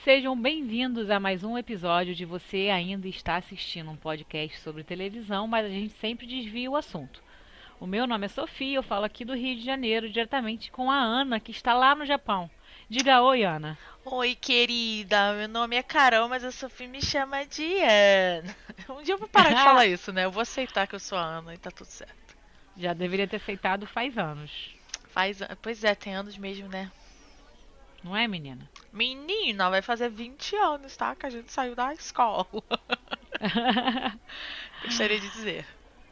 Sejam bem-vindos a mais um episódio de Você Ainda Está Assistindo um podcast sobre televisão, mas a gente sempre desvia o assunto. O meu nome é Sofia, eu falo aqui do Rio de Janeiro, diretamente com a Ana, que está lá no Japão. Diga oi, Ana. Oi, querida. Meu nome é Carol, mas a Sofia me chama de Ana. Um dia eu vou parar de falar isso, né? Eu vou aceitar que eu sou a Ana e tá tudo certo. Já deveria ter aceitado faz anos. Pois é, tem anos mesmo, né? Não é, menina? Menina, vai fazer 20 anos, tá? Que a gente saiu da escola. Gostaria de dizer.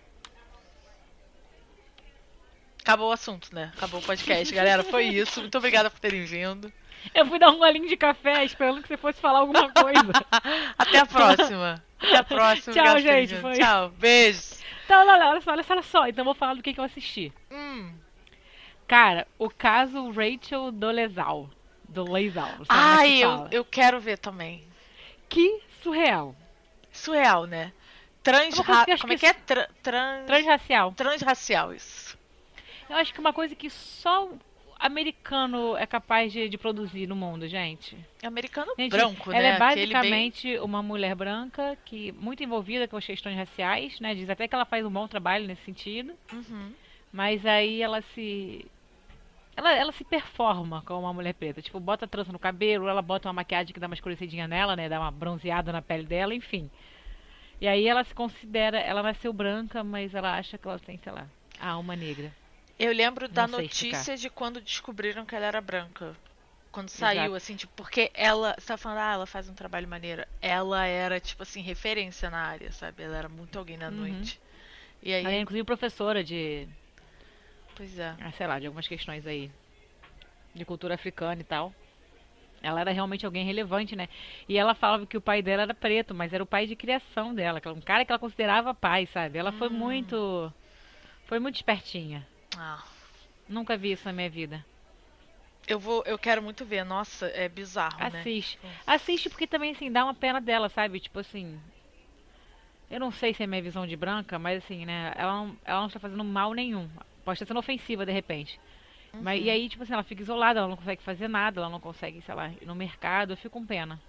Acabou o assunto, né? Acabou o podcast, galera. Foi isso. Muito obrigada por terem vindo. Eu fui dar um golinho de café esperando que você fosse falar alguma coisa. Até a próxima. Até a próxima. Tchau, Obrigada por terem gente. vindo. Foi. Tchau. Beijos. Então, olha só. Então eu vou falar do que eu assisti. Cara, o caso Rachel Dolezal. Dolezal, sabe como é que Ai, se eu, fala? eu quero ver também. Que surreal. Surreal, né? Uma coisa que eu acho Como é que que é? Transracial. Transracial, isso. Eu acho que uma coisa que só americano é capaz de produzir no mundo, gente. Americano Gente, branco, ela né? é Aquele basicamente uma mulher branca que muito envolvida com as questões raciais, né? Diz até que ela faz um bom trabalho nesse sentido. Uhum. Mas aí ela se performa como uma mulher preta. Tipo, bota trança no cabelo, ela bota uma maquiagem que dá uma escurecidinha nela, né? Dá uma bronzeada na pele dela, enfim. E aí ela se considera, ela nasceu branca, mas ela acha que ela tem, sei lá, a alma negra. Eu lembro da Não sei notícia explicar. de quando descobriram que ela era branca. Quando saiu, Exato. assim, tipo, porque ela. Você tá falando, ela faz um trabalho maneiro. Ela era, tipo assim, referência na área, sabe? Ela era muito alguém na Uhum. noite. E aí. Ela é inclusive professora de, Pois é. sei lá, de algumas questões aí de cultura africana e tal. Ela era realmente alguém relevante, né? E ela falava que o pai dela era preto, mas era o pai de criação dela, um cara que ela considerava pai, sabe? Ela foi muito espertinha. Ah. Nunca vi isso na minha vida. Eu quero muito ver. Nossa, é bizarro, né? Assiste. Assiste porque também, assim, dá uma pena dela, sabe? Tipo assim, eu não sei se é minha visão de branca, mas assim, né? Ela não está fazendo mal nenhum. Pode estar sendo ofensiva de repente. Mas, e Uhum. aí, tipo assim, ela fica isolada, ela não consegue fazer nada, ela não consegue, sei lá, ir no mercado, eu fico com pena.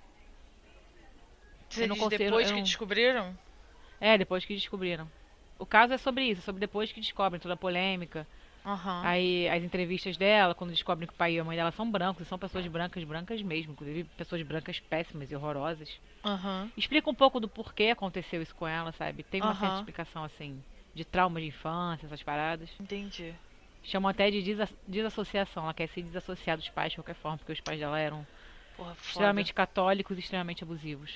Você Eu não diz consigo, depois que descobriram? É, depois que descobriram. O caso é sobre isso, sobre depois que descobrem toda a polêmica. Aham. Aí as entrevistas dela, quando descobrem que o pai e a mãe dela são brancos, e são pessoas brancas, brancas mesmo, inclusive pessoas brancas péssimas e horrorosas. Aham. Explica um pouco do porquê aconteceu isso com ela, sabe? Tem uma certa Aham. explicação assim, de trauma de infância, essas paradas. Entendi. Chamam até de desassociação, ela quer se desassociar dos pais de qualquer forma, porque os pais dela eram Porra, foda. extremamente católicos e extremamente abusivos.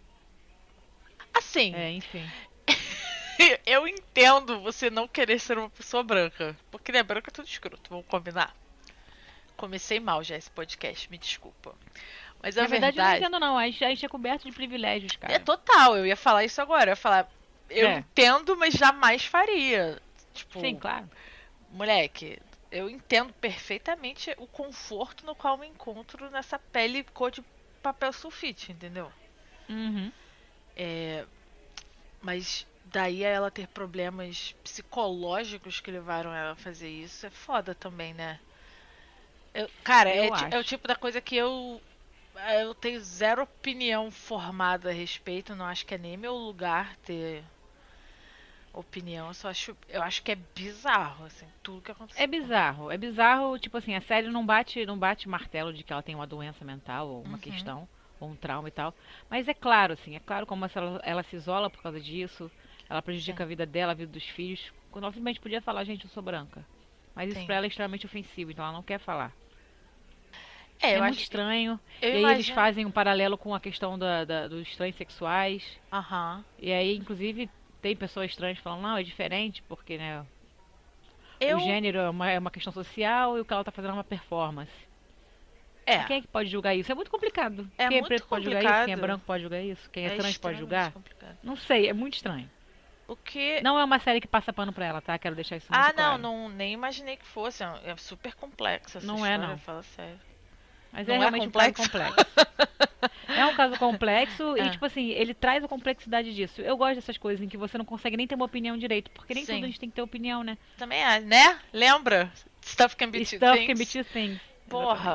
Assim, É, enfim. eu entendo você não querer ser uma pessoa branca. Porque né, branca é tudo escroto, vamos combinar. Comecei mal já esse podcast, me desculpa. Mas a Na verdade, eu não verdade entendo não, a gente é coberto de privilégios, é cara. total, eu ia falar isso agora. Eu ia falar, eu É, entendo, mas jamais faria. sim, Tipo, claro. moleque, eu entendo perfeitamente o conforto no qual me encontro nessa pele cor de papel sulfite, entendeu? Uhum. É, mas daí a ela ter problemas psicológicos que levaram ela a fazer isso é foda também, né? Cara, Eu é o acho. tipo da coisa que eu tenho zero opinião formada a respeito. Não acho que é nem meu lugar ter opinião. Eu acho que é bizarro, assim, tudo que aconteceu. É bizarro, tipo assim, a série não bate martelo de que ela tem uma doença mental ou uma Uhum, questão, ou um trauma e tal. Mas é claro, assim, é claro como ela se isola por causa disso, ela sim, prejudica a vida dela, a vida dos filhos, quando ela simplesmente podia falar, gente, eu sou branca. Mas isso sim. pra ela é extremamente ofensivo, então ela não quer falar. É, É eu muito acho. estranho. Eu E aí eles imagino. fazem um paralelo com a questão dos transexuais. Aham. E aí, inclusive, tem pessoas trans falando, não, é diferente, porque, né, o Eu. gênero é uma questão social e o que ela tá fazendo é uma performance. E É. quem é que pode julgar isso? É muito complicado. É Quem é muito preto pode julgar isso? Quem é complicado. branco pode julgar isso? Quem é É trans pode extremamente julgar? complicado. Não sei, é muito estranho. O que. Não é uma série que passa pano pra ela, tá? Quero deixar isso Ah, muito não, claro. não, nem imaginei que fosse. É super complexa essa Não é, história, não. fala sério. Mas é Não é realmente um caso complexo? complexo. É um caso complexo e, É, tipo assim, ele traz a complexidade disso. Eu gosto dessas coisas em que você não consegue nem ter uma opinião direito, porque nem tudo a sim. gente tem que ter opinião, né? Também é, né? Lembra? Stuff can be two Stuff can be things. two things. Porra, Exatamente.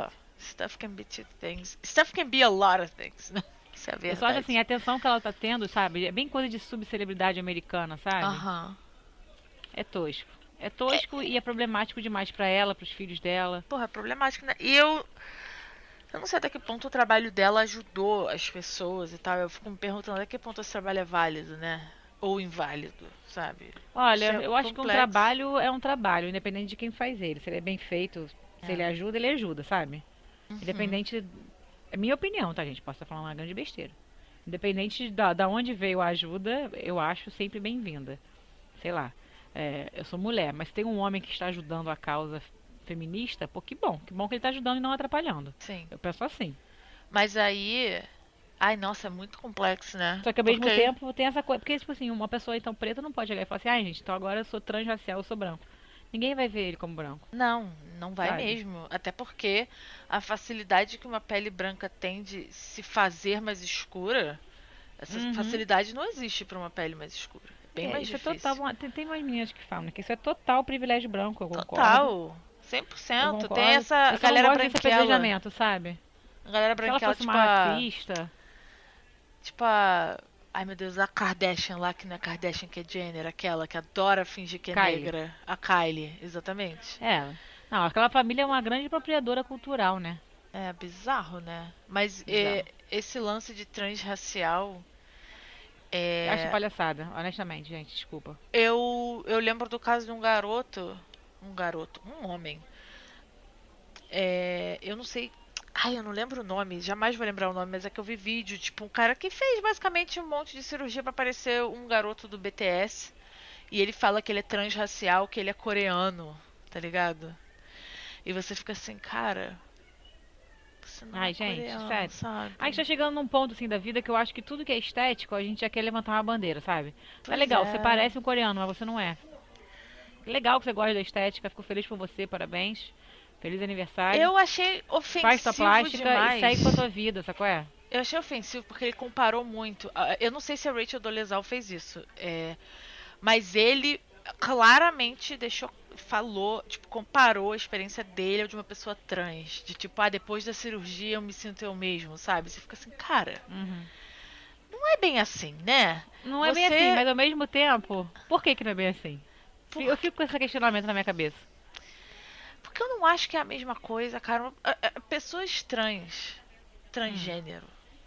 Stuff can be two things. Stuff can be a lot of things, né? Isso é a Eu só acho verdade. assim, a atenção que ela tá tendo, sabe? É bem coisa de subcelebridade americana, sabe? Aham. É tosco. É tosco e é problemático demais pra ela, pros filhos dela. Porra, é problemático, né? E eu não sei até que ponto o trabalho dela ajudou as pessoas e tal. Eu fico me perguntando até que ponto esse trabalho é válido, né? Ou inválido, sabe? Isso Olha, é eu acho que um complexo. trabalho é um trabalho, independente de quem faz ele. Se ele é bem feito, se É. ele ajuda, sabe? Uhum. Independente. É minha opinião, tá, gente? Posso estar falando uma grande besteira. Independente da onde veio a ajuda, eu acho sempre bem-vinda. Sei lá. Eu sou mulher, mas tem um homem que está ajudando a causa feminista, pô, que bom. Que bom que ele está ajudando e não atrapalhando. Sim. Eu penso assim. Mas aí. Ai, nossa, é muito complexo, né? Só que ao mesmo Porque. tempo tem essa coisa. Porque, tipo assim, uma pessoa então preta não pode chegar e falar assim, ai gente, então agora eu sou transracial, eu sou branco. Ninguém vai ver ele como branco, Não, não vai sabe? mesmo. Até porque a facilidade que uma pele branca tem de se fazer mais escura, essa Uhum. facilidade não existe para uma pele mais escura. É bem mais Isso é total. difícil. Tem umas meninas que falam, né, que isso é total privilégio branco, eu concordo. Total. Eu 100%. Tem concordo. essa Eu só não galera gosto desse branquela. apedrejamento, sabe? A galera Se ela branquela, fosse tipo uma a. racista. Tipo a. Ai meu Deus, a Kardashian lá, que não é Kardashian, que é Jenner, aquela que adora fingir que é Kylie. negra. A Kylie, exatamente. É. Não, aquela família é uma grande propriedora cultural, né? É bizarro, né? Mas Bizarro. esse lance de transracial. Eu acho É, palhaçada, honestamente, gente, desculpa. eu lembro do caso de um garoto. Um garoto, um homem. Eu não sei. Ai, eu não lembro o nome, jamais vou lembrar o nome, mas é que eu vi vídeo, tipo, um cara que fez basicamente um monte de cirurgia pra parecer um garoto do BTS. E ele fala que ele é transracial, que ele é coreano, tá ligado? E você fica assim, cara, você não é Ai, gente, coreano, sério. A gente sabe? tá chegando num ponto assim da vida que eu acho que tudo que é estético, a gente já quer levantar uma bandeira, sabe? Tá Pois legal, você é. parece um coreano, mas você não é. Legal que você gosta da estética, fico feliz por você, parabéns. Feliz aniversário. Eu achei Faz tua ofensivo plástica e demais. segue com a tua vida, sacou? Eu achei ofensivo porque ele comparou muito. Eu não sei se a Rachel Dolezal fez isso. Mas ele claramente falou, tipo, comparou a experiência dele de uma pessoa trans. De tipo, depois da cirurgia eu me sinto eu mesmo, sabe? Você fica assim, cara, Uhum. não é bem assim, né? Não é bem assim, Você. mas ao mesmo tempo, por que que não é bem assim? Eu Porque, fico com esse questionamento na minha cabeça. porque eu não acho que é a mesma coisa, cara. Pessoas Hum. transgênero,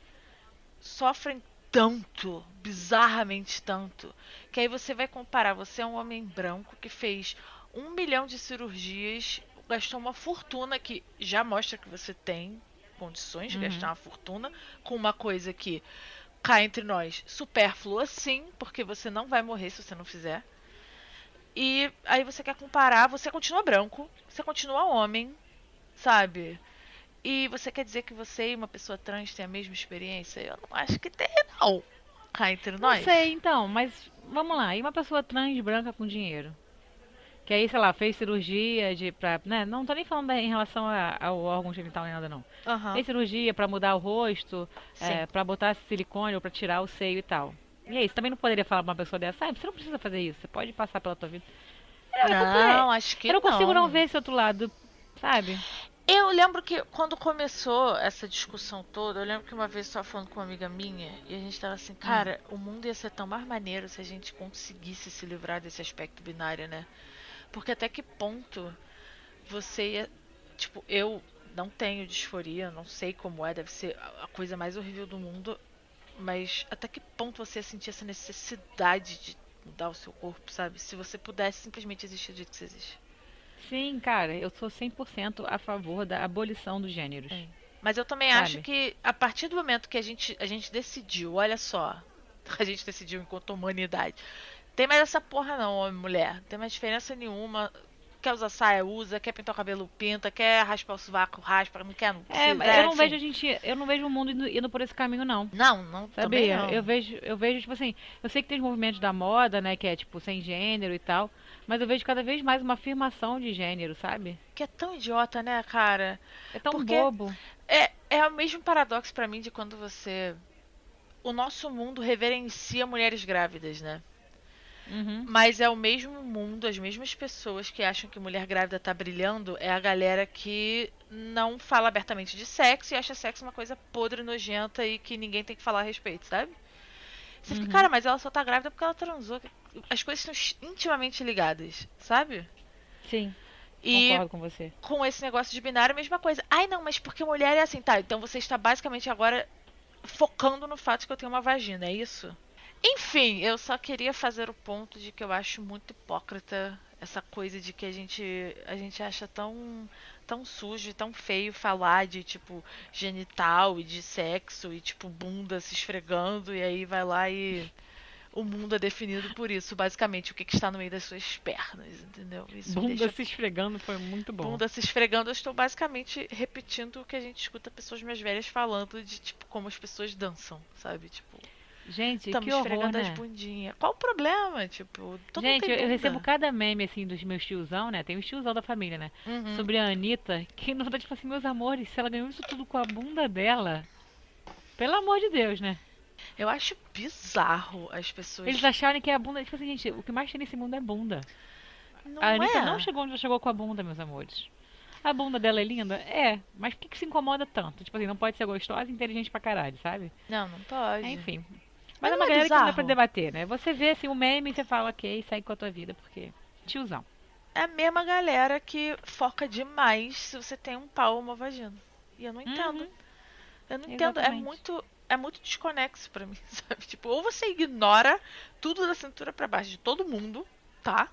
sofrem tanto, bizarramente tanto, que aí você vai comparar, você é um homem branco que fez 1 milhão de cirurgias, gastou uma fortuna que já mostra que você tem condições de gastar Uhum. uma fortuna com uma coisa que cá entre nós, supérflua sim, porque você não vai morrer se você não fizer. E aí você quer comparar, você continua branco, você continua homem, sabe? E você quer dizer que você e uma pessoa trans têm a mesma experiência? Eu não acho que tem, não. Cá entre Não sei, nós. então, mas vamos lá. E uma pessoa trans branca com dinheiro? Que aí, sei lá, fez cirurgia né? Não tô nem falando em relação ao órgão genital nem nada, não. Aham. Fez cirurgia pra mudar o rosto, Sim. pra botar silicone ou pra tirar o seio e tal. E aí, você também não poderia falar pra uma pessoa dessa, você não precisa fazer isso, você pode passar pela tua vida. Não, acho Eu que não consigo não não. ver esse outro lado, sabe? Eu lembro que quando começou essa discussão toda, eu lembro que uma vez eu estava falando com uma amiga minha e a gente tava assim, Hum. cara, o mundo ia ser tão mais maneiro se a gente conseguisse se livrar desse aspecto binário, né? Porque até que ponto você ia. Tipo, eu não tenho disforia, não sei como é, deve ser a coisa mais horrível do mundo. Mas até que ponto você ia sentir essa necessidade de mudar o seu corpo, sabe? Se você pudesse simplesmente existir do jeito que você existe. Sim, cara, eu sou 100% a favor da abolição dos gêneros, É. Mas eu também acho sabe? que a partir do momento que a gente decidiu, olha só, a gente decidiu enquanto humanidade. Tem mais essa porra não, homem e mulher. Não tem mais diferença nenhuma. Quer usar saia, usa. Quer pintar o cabelo, pinta. Quer raspar o sovaco, raspa. Não quer, não precisa. Eu não vejo Enfim. a gente, eu não vejo o mundo indo por esse caminho, não. Não, não, também Sabia? não. Eu vejo, tipo assim, eu sei que tem os movimentos da moda, né, que é tipo sem gênero e tal, mas eu vejo cada vez mais uma afirmação de gênero, sabe? Que é tão idiota, né, cara? É tão Porque bobo. é o mesmo paradoxo pra mim de quando você. O nosso mundo reverencia mulheres grávidas, né? Uhum. Mas é o mesmo mundo, as mesmas pessoas que acham que mulher grávida tá brilhando, é a galera que não fala abertamente de sexo e acha sexo uma coisa podre, nojenta e que ninguém tem que falar a respeito, sabe? Você fica, Uhum. cara, mas ela só tá grávida porque ela transou. As coisas estão intimamente ligadas, sabe? Sim, E concordo com você. com esse negócio de binário, a mesma coisa. Ai, não, mas porque mulher é assim, tá? Então você está basicamente agora focando no fato de que eu tenho uma vagina, é isso? Enfim, eu só queria fazer o ponto de que eu acho muito hipócrita essa coisa de que a gente acha tão sujo e tão feio falar de tipo genital e de sexo e tipo bunda se esfregando e aí vai lá e o mundo é definido por isso, basicamente o que está no meio das suas pernas, entendeu? Isso me Bunda deixa se esfregando foi muito bom. bunda se esfregando. Eu estou basicamente repetindo o que a gente escuta pessoas mais velhas falando de tipo como as pessoas dançam, sabe? Tipo, Gente, tamo que horror, esfregando as né? bundinhas. Qual o problema? Tipo, todo mundo Gente, tem eu recebo bunda. cada meme, assim, dos meus tiozão, né? Tem os tiozão da família, né? Uhum. Sobre a Anitta, que na verdade, tipo assim, meus amores, se ela ganhou isso tudo com a bunda dela, pelo amor de Deus, né? Eu acho bizarro as Eles pessoas. acharem que a bunda. Tipo assim, gente, o que mais tem nesse mundo é bunda. A Não Anitta não é? chegou onde ela chegou com a bunda, meus amores. A bunda dela é linda? É, mas por que se incomoda tanto? Tipo assim, não pode ser gostosa e inteligente pra caralho, sabe? Não, não É, pode. enfim. Mas Mas é não uma é galera que não dá pra bizarro? debater, né? Você vê assim o meme e você fala, ok, segue com a tua vida, porque. Tiozão. É a mesma galera que foca demais se você tem um pau ou uma vagina. E eu não entendo. Uhum, Eu não entendo. É exatamente. muito. É muito desconexo pra mim, sabe? Tipo, ou você ignora tudo da cintura pra baixo de todo mundo, tá?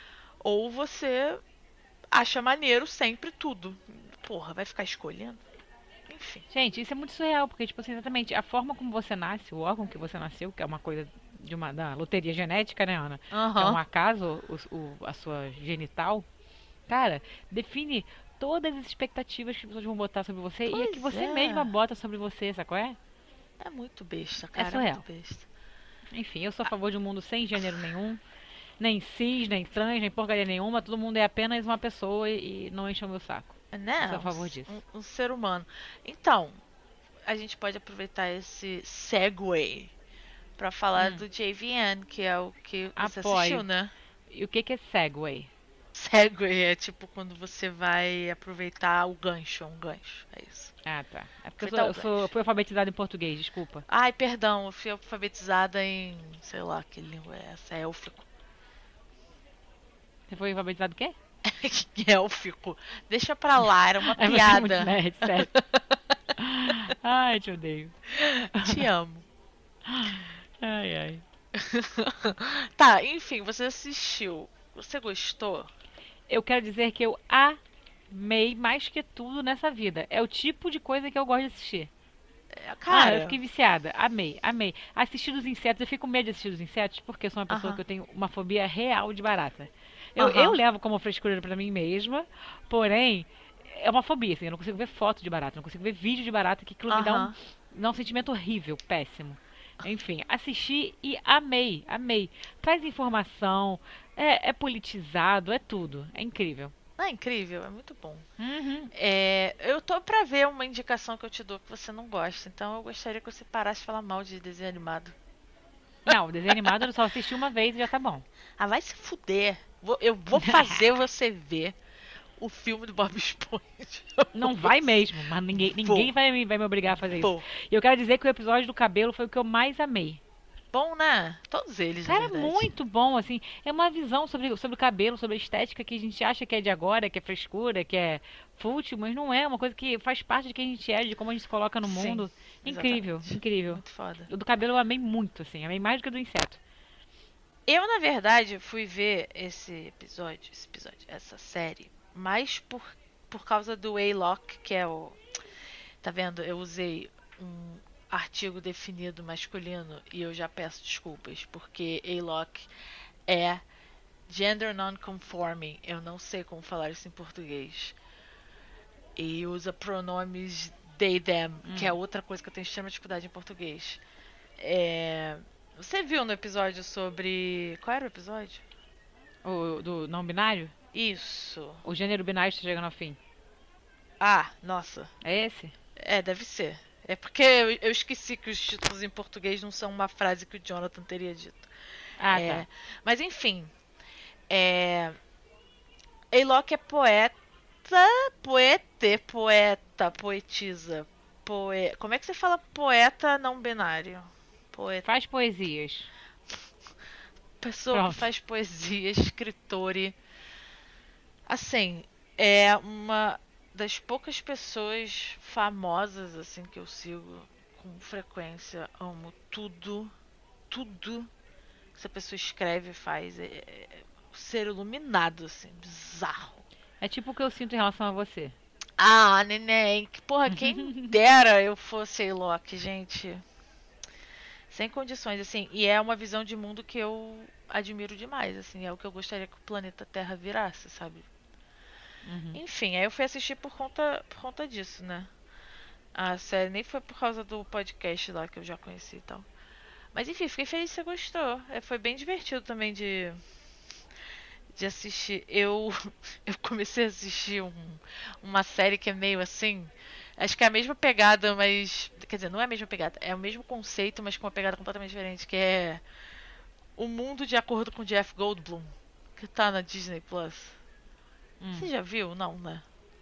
Ou você acha maneiro sempre tudo. Porra, vai ficar escolhendo? Enfim. Gente, isso é muito surreal, porque, tipo assim, exatamente, a forma como você nasce, o órgão que você nasceu, que é uma coisa de uma da loteria genética, né, Ana? Que é um Aham. acaso, a sua genital, cara, define todas as expectativas que as pessoas vão botar sobre você e a que Pois você mesma é. bota sobre você, sabe qual é? É muito besta, É cara. É muito surreal. besta. Enfim, eu sou a favor de um mundo sem gênero nenhum, nem cis, nem trans, nem porcaria nenhuma, todo mundo é apenas uma pessoa e não enche o meu saco. Eu Né? sou a favor disso. Um ser humano. Então, a gente pode aproveitar esse segue pra falar Hum, do JVN, que é o que você assistiu, apoio. né? E o que que é Segway? Segue é tipo quando você vai aproveitar o gancho, é um gancho. É isso. Ah, tá. É porque Aproveitar o eu gancho. fui alfabetizado em português, desculpa. Ai, perdão, eu fui alfabetizada em, sei lá, que língua é essa? É élfico. Você foi alfabetizado o quê? Élfico. Deixa pra lá, era uma Aí você é muito piada. nerd, sério. Ai, te odeio. Te amo. Ai, ai. Tá, enfim, você assistiu. Você gostou? Eu quero dizer que eu amei mais que tudo nessa vida. É o tipo de coisa que eu gosto de assistir. É, Ah, eu cara, fiquei viciada. Amei, amei. Assistir dos insetos, eu fico com medo de assistir dos insetos porque eu sou uma pessoa que aham, eu tenho uma fobia real de barata. Eu aham, levo como frescura pra mim mesma, porém, é uma fobia, assim, eu não consigo ver foto de barata, eu não consigo ver vídeo de barata, que aquilo aham. me dá um sentimento horrível, péssimo. Enfim, assisti e amei, amei. Traz informação, é politizado, é tudo. É incrível. Não é incrível? É muito bom. Uhum. É, eu tô pra ver uma indicação que eu te dou que você não gosta, então eu gostaria que você parasse de falar mal de desenho animado. Não, o desenho animado eu só assisti uma vez e já tá bom. Ah, vai se fuder. Eu vou fazer você ver o filme do Bob Esponja. Não vai mesmo, mas ninguém Vou, vai me obrigar a fazer isso. vou. E eu quero dizer que o episódio do cabelo foi o que eu mais amei. Bom, né? Todos eles, na Cara, verdade. muito bom, assim. É uma visão sobre o cabelo, sobre a estética que a gente acha que é de agora, que é frescura, que é fútil, mas não é. Uma coisa que faz parte de quem a gente é, de como a gente se coloca no Sim, mundo. Incrível, exatamente. incrível. Muito foda. O do cabelo eu amei muito, assim. Amei mais do que o do inseto. Eu, na verdade, fui ver essa série, mais por causa do A-Lock, que é o. Tá vendo? Eu usei um artigo definido masculino e eu já peço desculpas, porque A-Lock é gender non-conforming. Eu não sei como falar isso em português. E usa pronomes they, them, que é Hum. outra coisa que eu tenho extrema dificuldade em português. É... Você viu no episódio sobre. Qual era o episódio? O do não binário? Isso. O gênero binário está chegando ao fim. Ah, nossa. É esse? É, deve ser. É porque eu esqueci que os títulos em português não são uma frase que o Jonathan teria dito. Ah, É, tá. mas enfim, é, Aylock é poeta, poeta, poetisa. Como é que você fala poeta não binário? Poeta. Faz poesias. Pessoa que Pronto. faz poesia, escritora. Assim, é uma das poucas pessoas famosas assim que eu sigo com frequência. Amo tudo que essa pessoa escreve e faz. É ser iluminado, assim, bizarro. É tipo o que eu sinto em relação a você. Ah, neném, que porra, quem dera eu fosse a Loki, gente. Sem condições, assim. E é uma visão de mundo que eu admiro demais, assim. É o que eu gostaria que o planeta Terra virasse, sabe? Uhum. Enfim, aí eu fui assistir por conta disso, né? A série nem foi por causa do podcast lá que eu já conheci e tal. Mas enfim, fiquei feliz que você gostou. Foi bem divertido também de assistir. Eu comecei a assistir uma série que é meio assim. Acho que é a mesma pegada, mas. Quer dizer, não é a mesma pegada. É o mesmo conceito, mas com uma pegada completamente diferente. Que é O Mundo de Acordo com Jeff Goldblum. Que tá na Disney Plus. Você Hum. já viu? Não, né?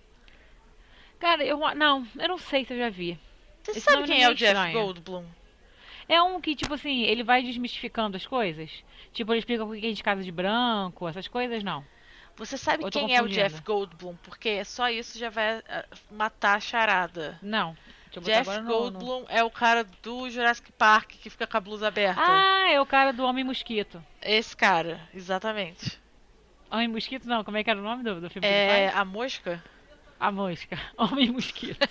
Cara, eu não sei se eu já vi. Você Esse sabe nome não quem me é é o Jeff estranho. Goldblum? É um que, tipo assim, ele vai desmistificando as coisas. Tipo, ele explica por que a gente casa de branco, essas coisas, não. Você sabe Ou eu tô quem é o Jeff confundindo? Goldblum? Porque só isso já vai matar a charada. Não. Deixa eu botar Jeff agora no... Goldblum é o cara do Jurassic Park que fica com a blusa aberta. Ah, é o cara do Homem Mosquito. Esse cara, exatamente. Homem Mosquito, não. Como é que era o nome do filme que ele É faz? a mosca? A Mosca. Homem Mosquito.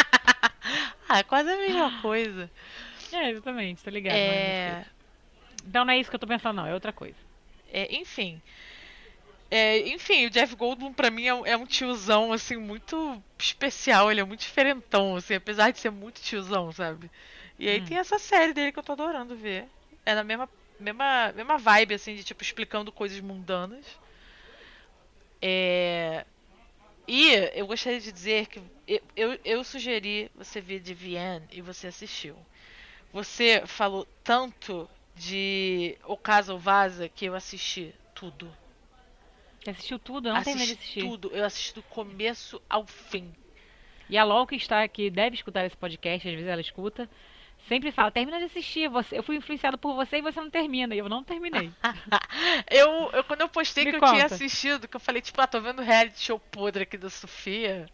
Ah, é quase a mesma coisa. É, exatamente. Tô ligado, no Homem É, Mosquito. Então não é isso que eu tô pensando, não. É outra coisa. enfim. Enfim, o Jeff Goldblum pra mim é um tiozão, assim, muito especial. Ele é muito diferentão, assim, apesar de ser muito tiozão, sabe? E aí Hum. tem essa série dele que eu tô adorando ver. É na mesma vibe, assim, de tipo, explicando coisas mundanas. É, E eu gostaria de dizer que eu sugeri você ver de Vienne e você assistiu. Você falou tanto de O Caso Vaza que eu assisti tudo. Você assistiu tudo? Eu não terminei de Assisti assistir. tudo. Eu assisti do começo ao fim. E a LOL que está aqui deve escutar esse podcast, às vezes ela escuta. Sempre fala, termina de assistir. Eu fui influenciado por você e você não termina. E eu não terminei. Quando eu postei Me que eu tinha conta. assistido, que eu falei, tipo, tô vendo o reality show podre aqui da Sofia.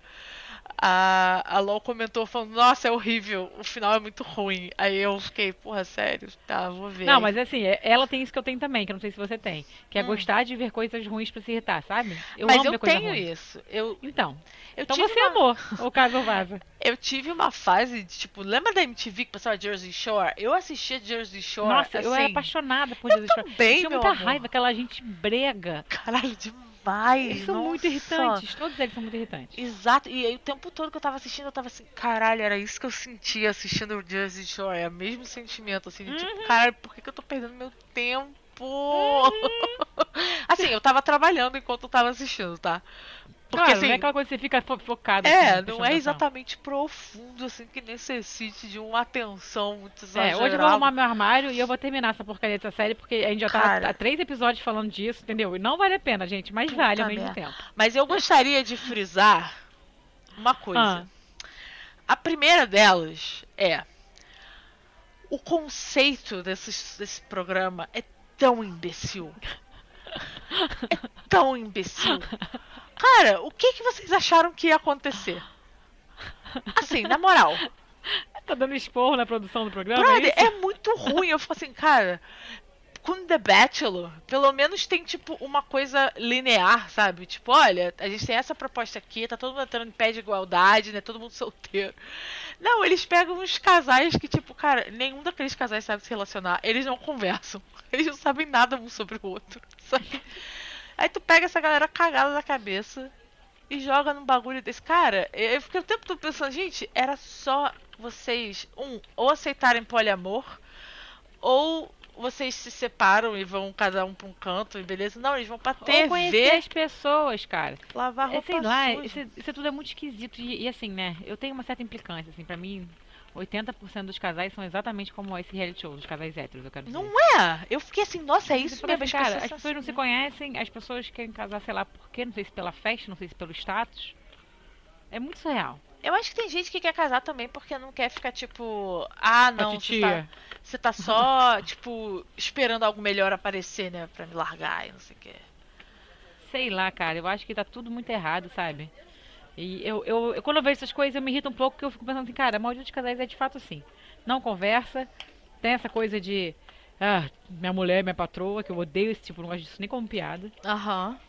A LOL comentou falando, nossa, é horrível, o final é muito ruim. Aí eu fiquei, porra, sério? Tá, vou ver. Não, Aí, mas assim, ela tem isso que eu tenho também, que eu não sei se você tem. Que é hum. gostar de ver coisas ruins pra se irritar, sabe? Eu Mas amo eu ver coisa tenho ruim. isso. Eu, Então. eu Então tive você uma. amou o caso Vaza. Eu tive uma fase de, tipo, lembra da MTV que passava Jersey Shore? Eu assistia Jersey Shore, Nossa, eu era assim. apaixonada por Eu Jesus Christ. Eu também, tinha meu muita amor. raiva, aquela gente brega. Caralho, Eles demais. são muito Nossa. irritantes, todos eles são muito irritantes. Exato, e aí o tempo todo que eu tava assistindo, eu tava assim, caralho, era isso que eu sentia assistindo o Jersey Shore, é o mesmo sentimento, assim, de tipo, Uhum, caralho, por que eu tô perdendo meu tempo? uhum. Assim, eu tava trabalhando enquanto eu tava assistindo, tá? Porque Claro, não é assim, aquela coisa que você fica focado assim, não prestando é atenção. exatamente profundo, assim, que necessite de uma atenção muito É, hoje eu vou arrumar exagerada. meu armário e eu vou terminar essa porcaria dessa série, porque a gente já tá há Cara, 3 episódios falando disso, entendeu? E não vale a pena, gente, mas vale ao puta mesmo merda. tempo. Mas eu gostaria de frisar uma Ah, coisa. A primeira delas é o conceito desse programa é tão imbecil. É tão imbecil. Cara, o que vocês acharam que ia acontecer? Assim, na moral. tá dando esporro na produção do programa, é Brother, isso? é muito ruim. Eu fico assim, cara, com The Bachelor, pelo menos tem, tipo, uma coisa linear, sabe? Tipo, olha, a gente tem essa proposta aqui, tá todo mundo entrando em pé de igualdade, né? Todo mundo solteiro. Não, eles pegam uns casais que, tipo, cara, nenhum daqueles casais sabe se relacionar. Eles não conversam. Eles não sabem nada um sobre o outro, sabe? Aí tu pega essa galera cagada da cabeça e joga num bagulho desse. Cara, eu fiquei o tempo todo pensando, gente, era só vocês, ou aceitarem poliamor, ou vocês se separam e vão cada um pra um canto, e beleza? Não, eles vão pra Ou conhecer TV as pessoas, cara. lavar É, sei roupa lá, suja. isso tudo é muito esquisito. E assim, né? Eu tenho uma certa implicância, assim, pra mim, 80% dos casais são exatamente como esse reality show, dos casais héteros, eu quero Não dizer. é? Eu fiquei assim, nossa, é Você isso fala mesmo, assim, as cara, pessoas as são pessoas não assim se mesmo. conhecem, as pessoas querem casar, sei lá por quê, não sei se pela festa, não sei se pelo status. É muito surreal. Eu acho que tem gente que quer casar também porque não quer ficar tipo, ah, A não, titia. você tá só, tipo, esperando algo melhor aparecer, né, pra me largar e não sei o que. Sei lá, cara. Eu acho que tá tudo muito errado, sabe? E quando eu vejo essas coisas, eu me irrito um pouco, porque eu fico pensando assim, cara, a maioria dos casais é de fato assim. Não conversa, tem essa coisa de, minha mulher, minha patroa, que eu odeio esse tipo, não gosto disso nem como piada. Aham.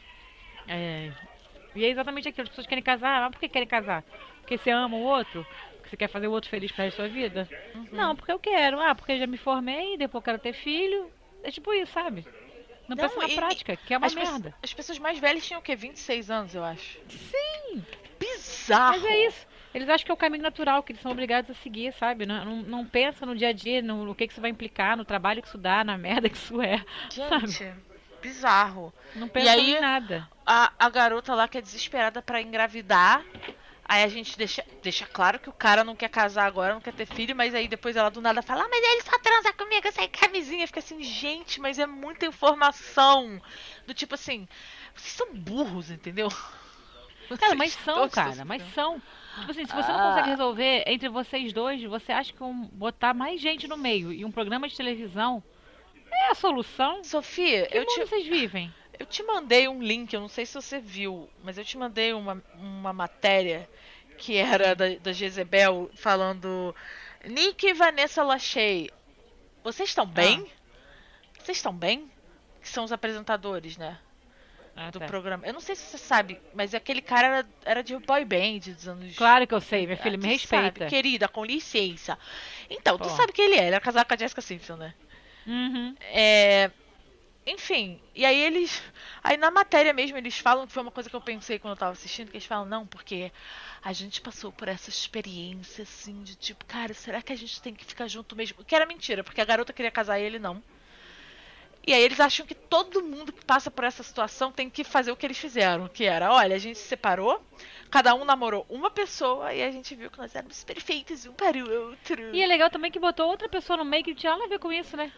É, e é exatamente aquilo, as pessoas querem casar, mas por que querem casar? Porque você ama o outro? Porque você quer fazer o outro feliz pro resto da sua vida? Não, Uhum. porque eu quero. Ah, porque eu já me formei, depois eu quero ter filho. É tipo isso, sabe? Não pensa Não, na prática, que é uma merda. as pessoas mais velhas tinham o quê? 26 anos, eu acho. Sim, mas é Bizarro! isso. Eles acham que é o caminho natural, que eles são obrigados a seguir, sabe? Não pensa no dia a dia, no que isso vai implicar, no trabalho que isso dá, na merda que isso é, sabe? Gente, bizarro. Não E pensam em aí, nada. a garota lá que é desesperada pra engravidar. Aí a gente deixa claro que o cara não quer casar agora, não quer ter filho, mas aí depois ela do nada fala, mas ele só transa comigo sem camisinha. Fica assim, gente, mas é muita informação. Do tipo assim, vocês são burros, entendeu? Cara, mas Vocês são, dois estão cara, se mas ferrando. são. Tipo assim, se você não consegue Ah, resolver entre vocês dois, você acha que botar mais gente no meio e um programa de televisão é a solução? Sofia, Que mundo vocês vivem? eu te mandei um link, eu não sei se você viu, mas eu te mandei uma matéria que era Hum. da Jezebel falando Nick e Vanessa Lachey, vocês estão Ah, bem? Vocês estão bem? Que são os apresentadores, né? Do tá. programa. Eu não sei se você sabe, mas aquele cara era de boy band dos anos. Claro que eu sei, minha filha, me Tu sabe, respeita. querida, com licença. Então, tu Pô. sabe quem ele é, ele era casado com a Jessica Simpson, né? Uhum. É, enfim, e aí eles. Aí na matéria mesmo eles falam que foi uma coisa que eu pensei quando eu tava assistindo, que eles falam, não, porque a gente passou por essa experiência assim de tipo, cara, será que a gente tem que ficar junto mesmo? Que era mentira, porque a garota queria casar e ele não. E aí eles acham que todo mundo que passa por essa situação tem que fazer o que eles fizeram, que era, olha, a gente se separou, cada um namorou uma pessoa e a gente viu que nós éramos perfeitos um para o E outro. é legal também que botou outra pessoa no meio que não tinha nada a ver com isso, né?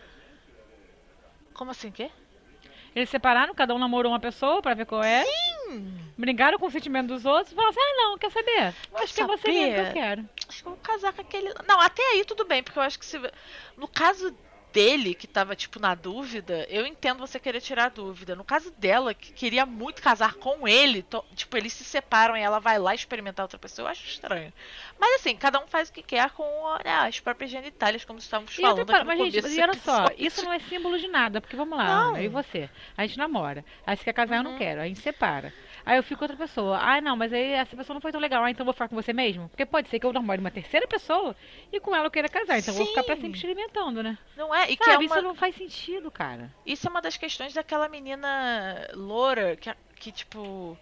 Como assim, quê? Eles separaram, cada um namorou uma pessoa pra ver qual é. Sim! Brincaram com o sentimento dos outros e falaram assim: não, quer saber? Eu Quer acho que é você mesmo que eu saber? quero. Acho que eu vou casar com aquele. Não, até aí tudo bem, porque eu acho que se. No caso dele, que tava, tipo, na dúvida, eu entendo você querer tirar a dúvida. No caso dela, que queria muito casar com ele, tipo, eles se separam e ela vai lá experimentar outra pessoa, eu acho estranho. Mas assim, cada um faz o que quer com né, as próprias genitálias, como estávamos E outra falando aqui no mas gente, começo desse e olha só, isso episódio. não é símbolo de nada, porque vamos lá, Ana, eu e Não. você. A gente namora. Aí você quer casar, eu não Uhum. quero. A gente separa. Aí eu fico com outra pessoa. Ah, não, mas aí essa pessoa não foi tão legal. Ah, então eu vou ficar com você mesmo? Porque pode ser que eu namore uma terceira pessoa e com ela eu queira casar. Então eu vou ficar pra sempre Sim. experimentando, né? Não é? E que é Sabe, isso uma. não faz sentido, cara. Isso é uma das questões daquela menina loura que tipo.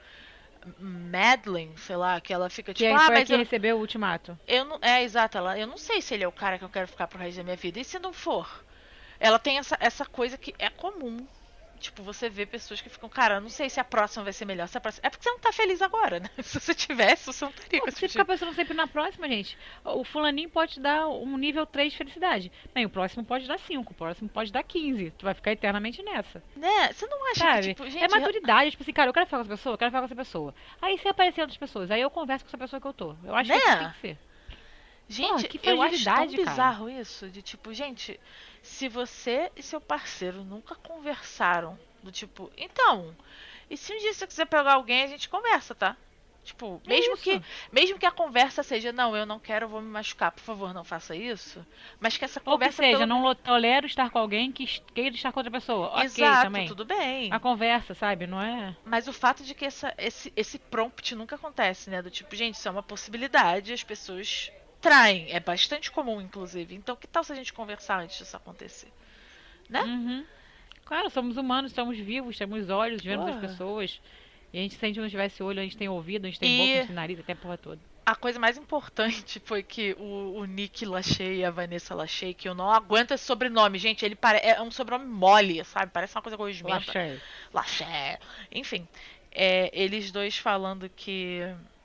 Madeline, sei lá, que ela fica Que tipo, aí ah, foi a mas que recebeu o ultimato. eu não. É, exato, eu não sei se ele é o cara que eu quero ficar pro resto da minha vida. E se não for? Ela tem essa coisa que é comum. Tipo, você vê pessoas que ficam, cara, eu não sei se a próxima vai ser melhor. Se a próxima... É porque você não tá feliz agora, né? Se você tivesse, você não teria Pô, com se esse você ficar tipo. pensando sempre na próxima, gente, o fulaninho pode te dar um nível 3 de felicidade. Bem, o próximo pode dar 5, o próximo pode dar 15. Tu vai ficar eternamente nessa. Né? Você não acha que, Sabe? tipo, É gente. maturidade, tipo assim, cara, eu quero falar com essa pessoa, eu quero falar com essa pessoa. Aí se aparecer outras pessoas, aí eu converso com essa pessoa que eu tô. Eu acho que é assim que tem Né? que ser. Porra, Gente, que eu acho tão fragilidade, cara. bizarro isso. De tipo, gente, se você e seu parceiro nunca conversaram, do tipo, então, e se um dia você quiser pegar alguém, a gente conversa, tá? Tipo, É isso. mesmo que a conversa seja, não, eu não quero, eu vou me machucar, por favor, não faça isso. Mas que essa Ou que conversa seja, pelo não menos. tolero estar com alguém que queira estar com outra pessoa. Ok, Exato, também. tudo A bem. conversa, sabe? Não é. Mas o fato de que esse prompt nunca acontece, né? Do tipo, gente, isso é uma possibilidade, as pessoas traem. É bastante comum, inclusive. Então, que tal se a gente conversar antes disso acontecer? Né? Uhum. Claro, somos humanos, estamos vivos, temos olhos, vemos as Porra. pessoas. E a gente sente onde tivesse olho, a gente tem ouvido, a gente tem boca, a gente E tem nariz, até a porra toda. a coisa mais importante foi que o Nick Lachey e a Vanessa Lachey, que eu não aguento esse sobrenome, gente, é um sobrenome mole, sabe? Parece uma coisa gosmenta. Lachey. Lachey. Enfim, eles dois falando que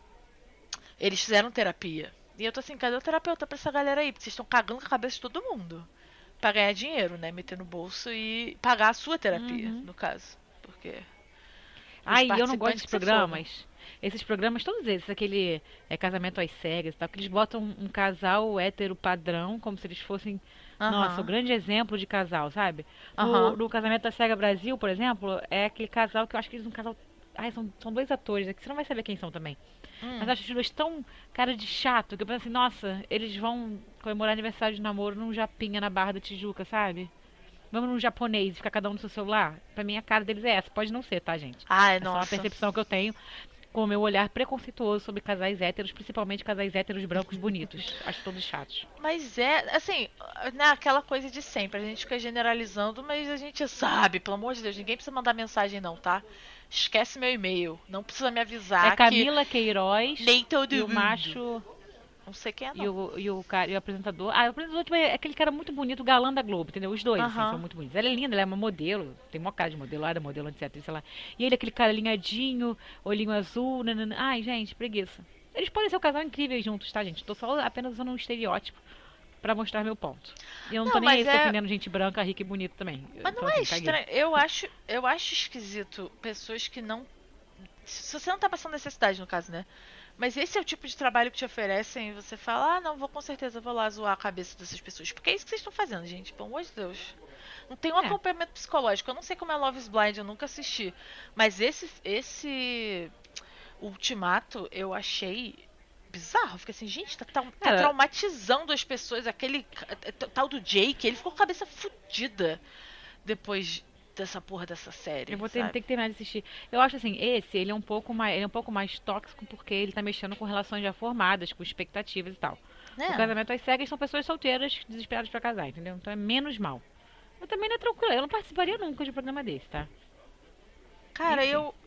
eles fizeram terapia. E eu tô assim, cadê o terapeuta pra essa galera aí? Porque vocês estão cagando com a cabeça de todo mundo. Pra ganhar dinheiro, né? Meter no bolso e pagar a sua terapia, Uhum. no caso. Porque os Ai, eu não gosto participantes desses que se fodam. programas esses programas, todos esses, aquele Casamento às Cegas e tal, que eles botam um casal hétero padrão, como se eles fossem, nossa, o Aham. grande exemplo de casal, sabe? Aham. No Casamento às Cegas Brasil, por exemplo, é aquele casal que eu acho que eles são um casal. Ai, são dois atores, é que você não vai saber quem são também. Mas Hum. acho os dois tão cara de chato que eu penso assim, nossa, eles vão comemorar aniversário de namoro num japinha na Barra da Tijuca, sabe? Vamos num japonês e ficar cada um no seu celular? Pra mim a cara deles é essa. Pode não ser, tá, gente? Ai, É só uma nossa. percepção que eu tenho com o meu olhar preconceituoso sobre casais héteros, principalmente casais héteros brancos bonitos. Acho todos chatos. Mas é, assim, né, aquela coisa de sempre. A gente fica generalizando, mas a gente sabe, pelo amor de Deus, ninguém precisa mandar mensagem não, tá? Esquece meu e-mail. Não precisa me É avisar que Camila Queiroz nem todo e o mundo. macho Não sei quem é, e não. o apresentador. Ah, o apresentador tipo, é aquele cara muito bonito, o galã da Globo, entendeu? Os dois, assim, são Aham. muito bonitos. Ela é linda, ela é uma modelo, tem uma cara de modelo, era modelo antes de ser atriz, sei lá. E ele é aquele cara alinhadinho, olhinho azul, nanana. Ai, gente, preguiça. Eles podem ser um casal incrível juntos, tá, gente? Tô só apenas usando um estereótipo pra mostrar meu ponto. E eu não tô Não, nem aí mas se tô é. ofendendo gente branca, rica e bonita também. Mas Então, não é assim, caguei. estranho. Eu acho esquisito pessoas que não. Se você não tá passando necessidade, no caso, né? Mas esse é o tipo de trabalho que te oferecem e você fala, ah, não, vou com certeza, vou lá zoar a cabeça dessas pessoas. Porque é isso que vocês estão fazendo, gente, pelo amor de Deus. Não tem um É, acompanhamento psicológico. Eu não sei como é Love is Blind, eu nunca assisti. Mas esse Ultimato eu achei bizarro. Fiquei assim, gente, tá cara, traumatizando as pessoas. Aquele tal do Jake, ele ficou com a cabeça fodida depois dessa porra dessa eu série, vou ter sabe? que terminar de assistir. Eu acho assim, ele é um pouco mais tóxico porque ele tá mexendo com relações já formadas, com expectativas e tal. O Né? casamento às cegas são pessoas solteiras desesperadas pra casar, entendeu? Então é menos mal. Eu também não é tranquilo, eu não participaria nunca de um programa desse, tá? Cara, Enfim. eu.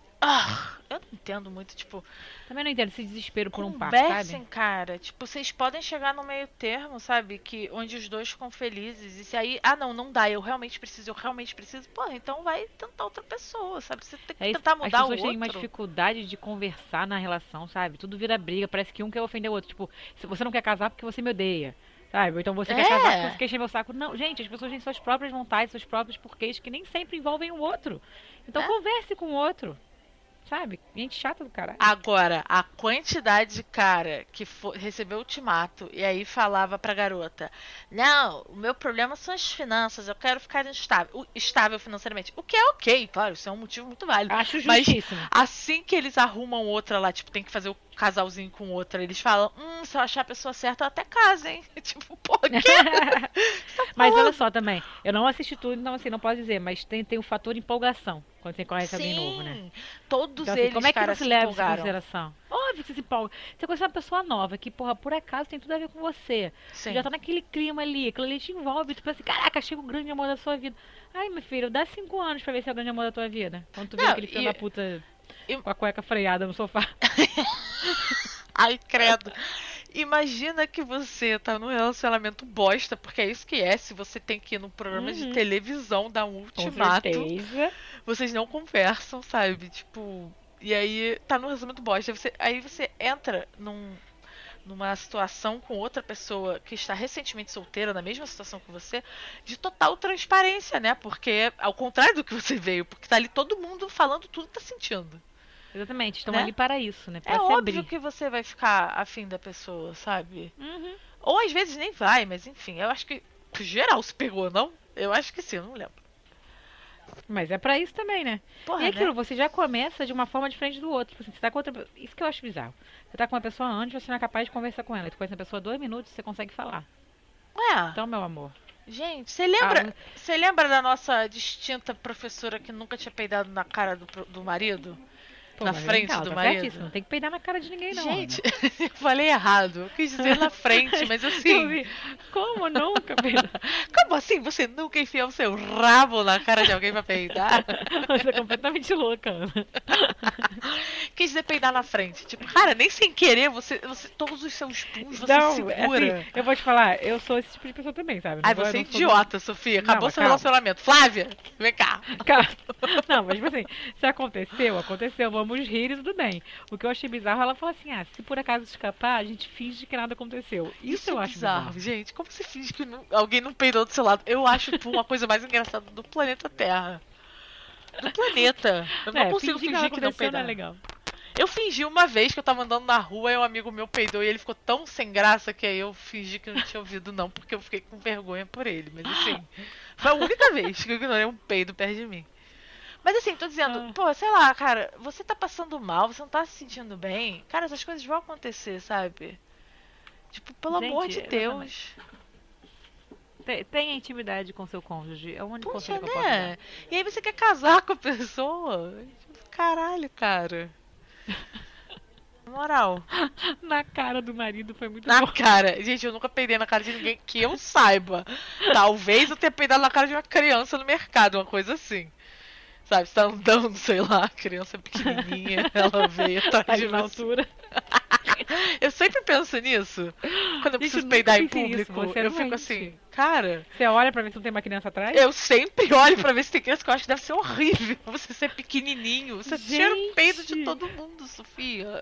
Ah, eu não entendo muito, tipo, Também não entendo esse desespero por um par, sabe? conversem, cara. Tipo, vocês podem chegar no meio termo, sabe? Que onde os dois ficam felizes. E se aí, ah, não, não dá, eu realmente preciso. Porra, então vai tentar outra pessoa, sabe? Você tem que É isso, tentar as mudar o pessoas têm uma outro. dificuldade de conversar na relação, sabe? Tudo vira briga, parece que um quer ofender o outro. Tipo, se você não quer casar porque você me odeia, sabe? Ou então você quer casar porque você É, quer encher meu saco. Não, gente, as pessoas têm suas próprias vontades, seus próprios porquês que nem sempre envolvem o outro. Então né? converse com o outro, sabe? Gente chata do caralho. Agora, a quantidade de cara que recebeu o ultimato e aí falava pra garota: Não, o meu problema são as finanças, eu quero ficar estável financeiramente. O que é ok, claro, isso é um motivo muito válido. Acho Mas justíssimo. assim que eles arrumam outra lá, tipo, tem que fazer o casalzinho com outra, eles falam: Se eu achar a pessoa certa, eu até caso, hein? Tipo, pô, o que você tá Mas olha falando? só também, eu não assisti tudo, então assim, não posso dizer, mas tem o fator empolgação quando você conhece alguém novo, né? Sim, Então todos assim, como eles, é que não cara, se se leva isso em empolgaram. consideração? Óbvio que você se empolga. Você conhece uma pessoa nova que, porra, por acaso tem tudo a ver com você. Tu já Sim. tá naquele clima ali, aquilo ali te envolve, tu pensa assim, caraca, chega o grande amor da sua vida. Ai, meu filho, dá 5 anos pra ver se é o grande amor da tua vida. Quando tu vê Não, aquele filho da puta e com a cueca freada no sofá. ai, credo. Imagina que você tá num relacionamento bosta, porque é isso que é. Se você tem que ir num programa de Uhum, televisão dar um com ultimato, certeza. vocês não conversam, sabe? Tipo, e aí tá num relacionamento bosta. Aí você entra numa situação com outra pessoa que está recentemente solteira, na mesma situação que você, de total transparência, né? Porque ao contrário do que você veio, porque tá ali todo mundo falando tudo que tá sentindo, Exatamente, estão né? ali para isso, né? É Para se óbvio abrir. que você vai ficar afim da pessoa, sabe? Uhum. Ou às vezes nem vai, mas enfim, eu acho que geral se pegou, não? Eu acho que sim, eu não lembro. Mas é pra isso também, né? E é Porra, aquilo, né? você já começa de uma forma diferente do outro. Tipo assim, você tá com outra. Isso que eu acho bizarro. Você tá com uma pessoa antes, você não é capaz de conversar com ela. Tu conhece a pessoa 2 minutos, você consegue falar. É, Então, meu amor. gente, Ah, você lembra da nossa distinta professora que nunca tinha peidado na cara do marido? pô, Na mas vem cá, frente ela do tá marido? certíssima. Não tem que peidar na cara de ninguém, não, Gente, Ana. eu falei errado. Eu quis dizer na frente, mas Eu assim. vi. Como nunca peidar? Como assim você nunca enfiou o seu rabo na cara de alguém pra peidar? Você é completamente louca, Ana. Quis dizer peidar na frente. Tipo, cara, nem sem querer, todos os seus puns você Não, é assim, segura. eu vou te falar, eu sou esse tipo de pessoa também, sabe? Ai, Eu você é não sou do. idiota, Sofia. Não, Acabou mas seu calma. relacionamento. Flávia, vem cá. Cara, não, mas tipo assim, se aconteceu, aconteceu, vamos rir e tudo bem. O que eu achei bizarro, ela falou assim, se por acaso escapar, a gente finge que nada aconteceu. Isso Isso é eu acho bizarro, bizarro. gente. Como você finge que alguém não peidou do seu lado? Eu acho tipo, uma coisa mais engraçada do planeta Terra. Do planeta. Eu não consigo Fingir que nada fingir que não aconteceu não é peidar. legal. Eu fingi uma vez que eu tava andando na rua e um amigo meu peidou e ele ficou tão sem graça que aí eu fingi que não tinha ouvido não, porque eu fiquei com vergonha por ele. Mas assim, foi a única vez que eu ignorei um peido perto de mim. Mas assim, tô dizendo, Ah, pô, sei lá, cara, você tá passando mal, você não tá se sentindo bem, cara, essas coisas vão acontecer, sabe? Tipo, pelo amor gente, de exatamente. Deus. Tenha intimidade com seu cônjuge. É o único Puxa, conselho que eu posso dar. né? E aí você quer casar com a pessoa? Caralho, cara. Na moral. Na cara do marido foi muito Na bom. cara. Gente, eu nunca peidei na cara de ninguém que eu saiba. Talvez eu tenha peidado na cara de uma criança no mercado, uma coisa assim. Sabe, você tá andando, sei lá, a criança pequenininha, ela veio atrás de Ali na você. altura. Eu sempre penso nisso. Quando eu Gente, preciso eu nunca peidar em pensei nisso. público, Você é eu fico doente. assim, cara, Você olha pra ver se não tem uma criança atrás? eu sempre olho pra ver se tem criança que eu acho que deve ser horrível você ser pequenininho. Você tira o peido de Gente! todo mundo, Sofia.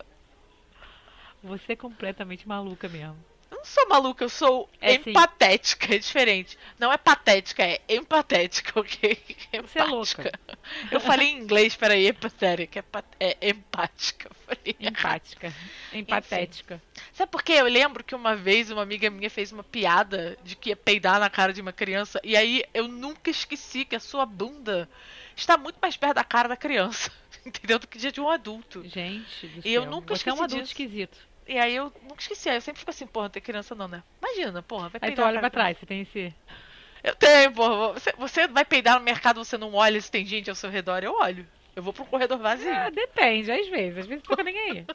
Você é completamente maluca mesmo. Eu não sou maluca, eu sou É sim. empatética, é diferente. Não é patética, é empatética, ok? Você é louca. Eu falei em inglês, peraí, empatética, é empática. Eu falei errado. Empática. Empatética. Sabe por quê? Eu lembro que uma vez uma amiga minha fez uma piada de que ia peidar na cara de uma criança, e aí eu nunca esqueci que a sua bunda está muito mais perto da cara da criança, entendeu? Do que de um adulto. Gente do E eu céu. nunca Você é um esqueci adulto disso. esquisito. E aí eu nunca esqueci, aí eu sempre fico assim, porra, não tem criança não, né? Imagina, porra, vai Aí tu peidar na olha cara pra da trás, você tem esse. Eu tenho, porra. Você vai peidar no mercado, você não olha se tem gente ao seu redor, eu olho. Eu vou pro corredor vazio. Ah, depende, às vezes. Às vezes não fica ninguém aí.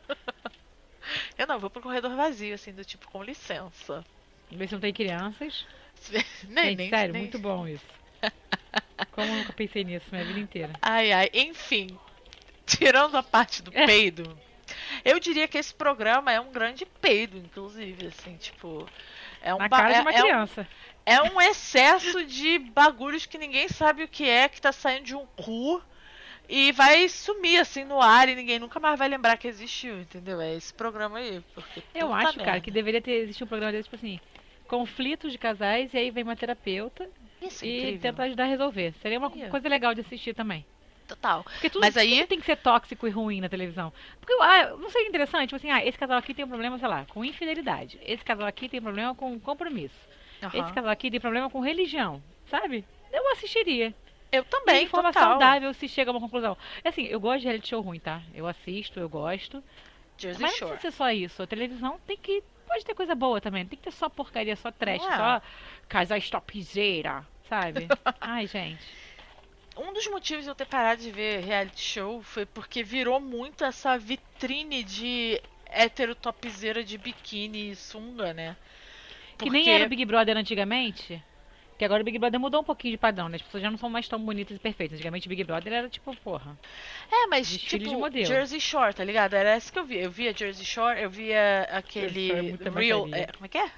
Eu não, eu vou pro corredor vazio, assim, do tipo, com licença. Ver se não tem crianças. Nem, Gente, nem, sério, nem. muito bom isso. Como eu nunca pensei nisso minha vida inteira. Ai, ai, enfim. Tirando a parte do peido, eu diria que esse programa é um grande peido, inclusive, assim, tipo. É um, Na cara de uma criança. é um excesso de bagulhos que ninguém sabe o que tá saindo de um cu. E vai sumir assim no ar e ninguém nunca mais vai lembrar que existiu, entendeu? É esse programa aí. Porque Eu puta acho, merda. cara, que deveria ter existido um programa desse, tipo assim, conflitos de casais, e aí vem uma terapeuta Isso é e incrível. tenta ajudar a resolver. Seria uma Ia. coisa legal de assistir também. Total. Porque tudo, Mas aí. tudo tem que ser tóxico e ruim na televisão. Porque, não seria interessante, tipo assim, esse casal aqui tem um problema, sei lá, com infidelidade. Esse casal aqui tem problema com compromisso. Esse Aham. casal aqui tem problema com religião, sabe? Eu assistiria. Eu E também, de forma total. saudável se chega a uma conclusão. Assim, eu gosto de reality show ruim, tá? Eu assisto, eu gosto. Jersey Mas não Shore. precisa ser só isso. A televisão tem que. Pode ter coisa boa também. Tem que ter só porcaria, só trash, Não é? só casais topzera, sabe? Ai, gente. Um dos motivos de eu ter parado de ver reality show foi porque virou muito essa vitrine de hétero topzera de biquíni e sunga, né? Que nem era o Big Brother antigamente. Que agora o Big Brother mudou um pouquinho de padrão, né? As pessoas já não são mais tão bonitas e perfeitas. Antigamente o Big Brother era tipo, porra. É, mas Desfile de tipo, modelo. Jersey Shore, tá ligado? Era essa que eu via. Eu via Jersey Shore, eu via aquele Jersey Shore é muita Real... baixaria. como é que é?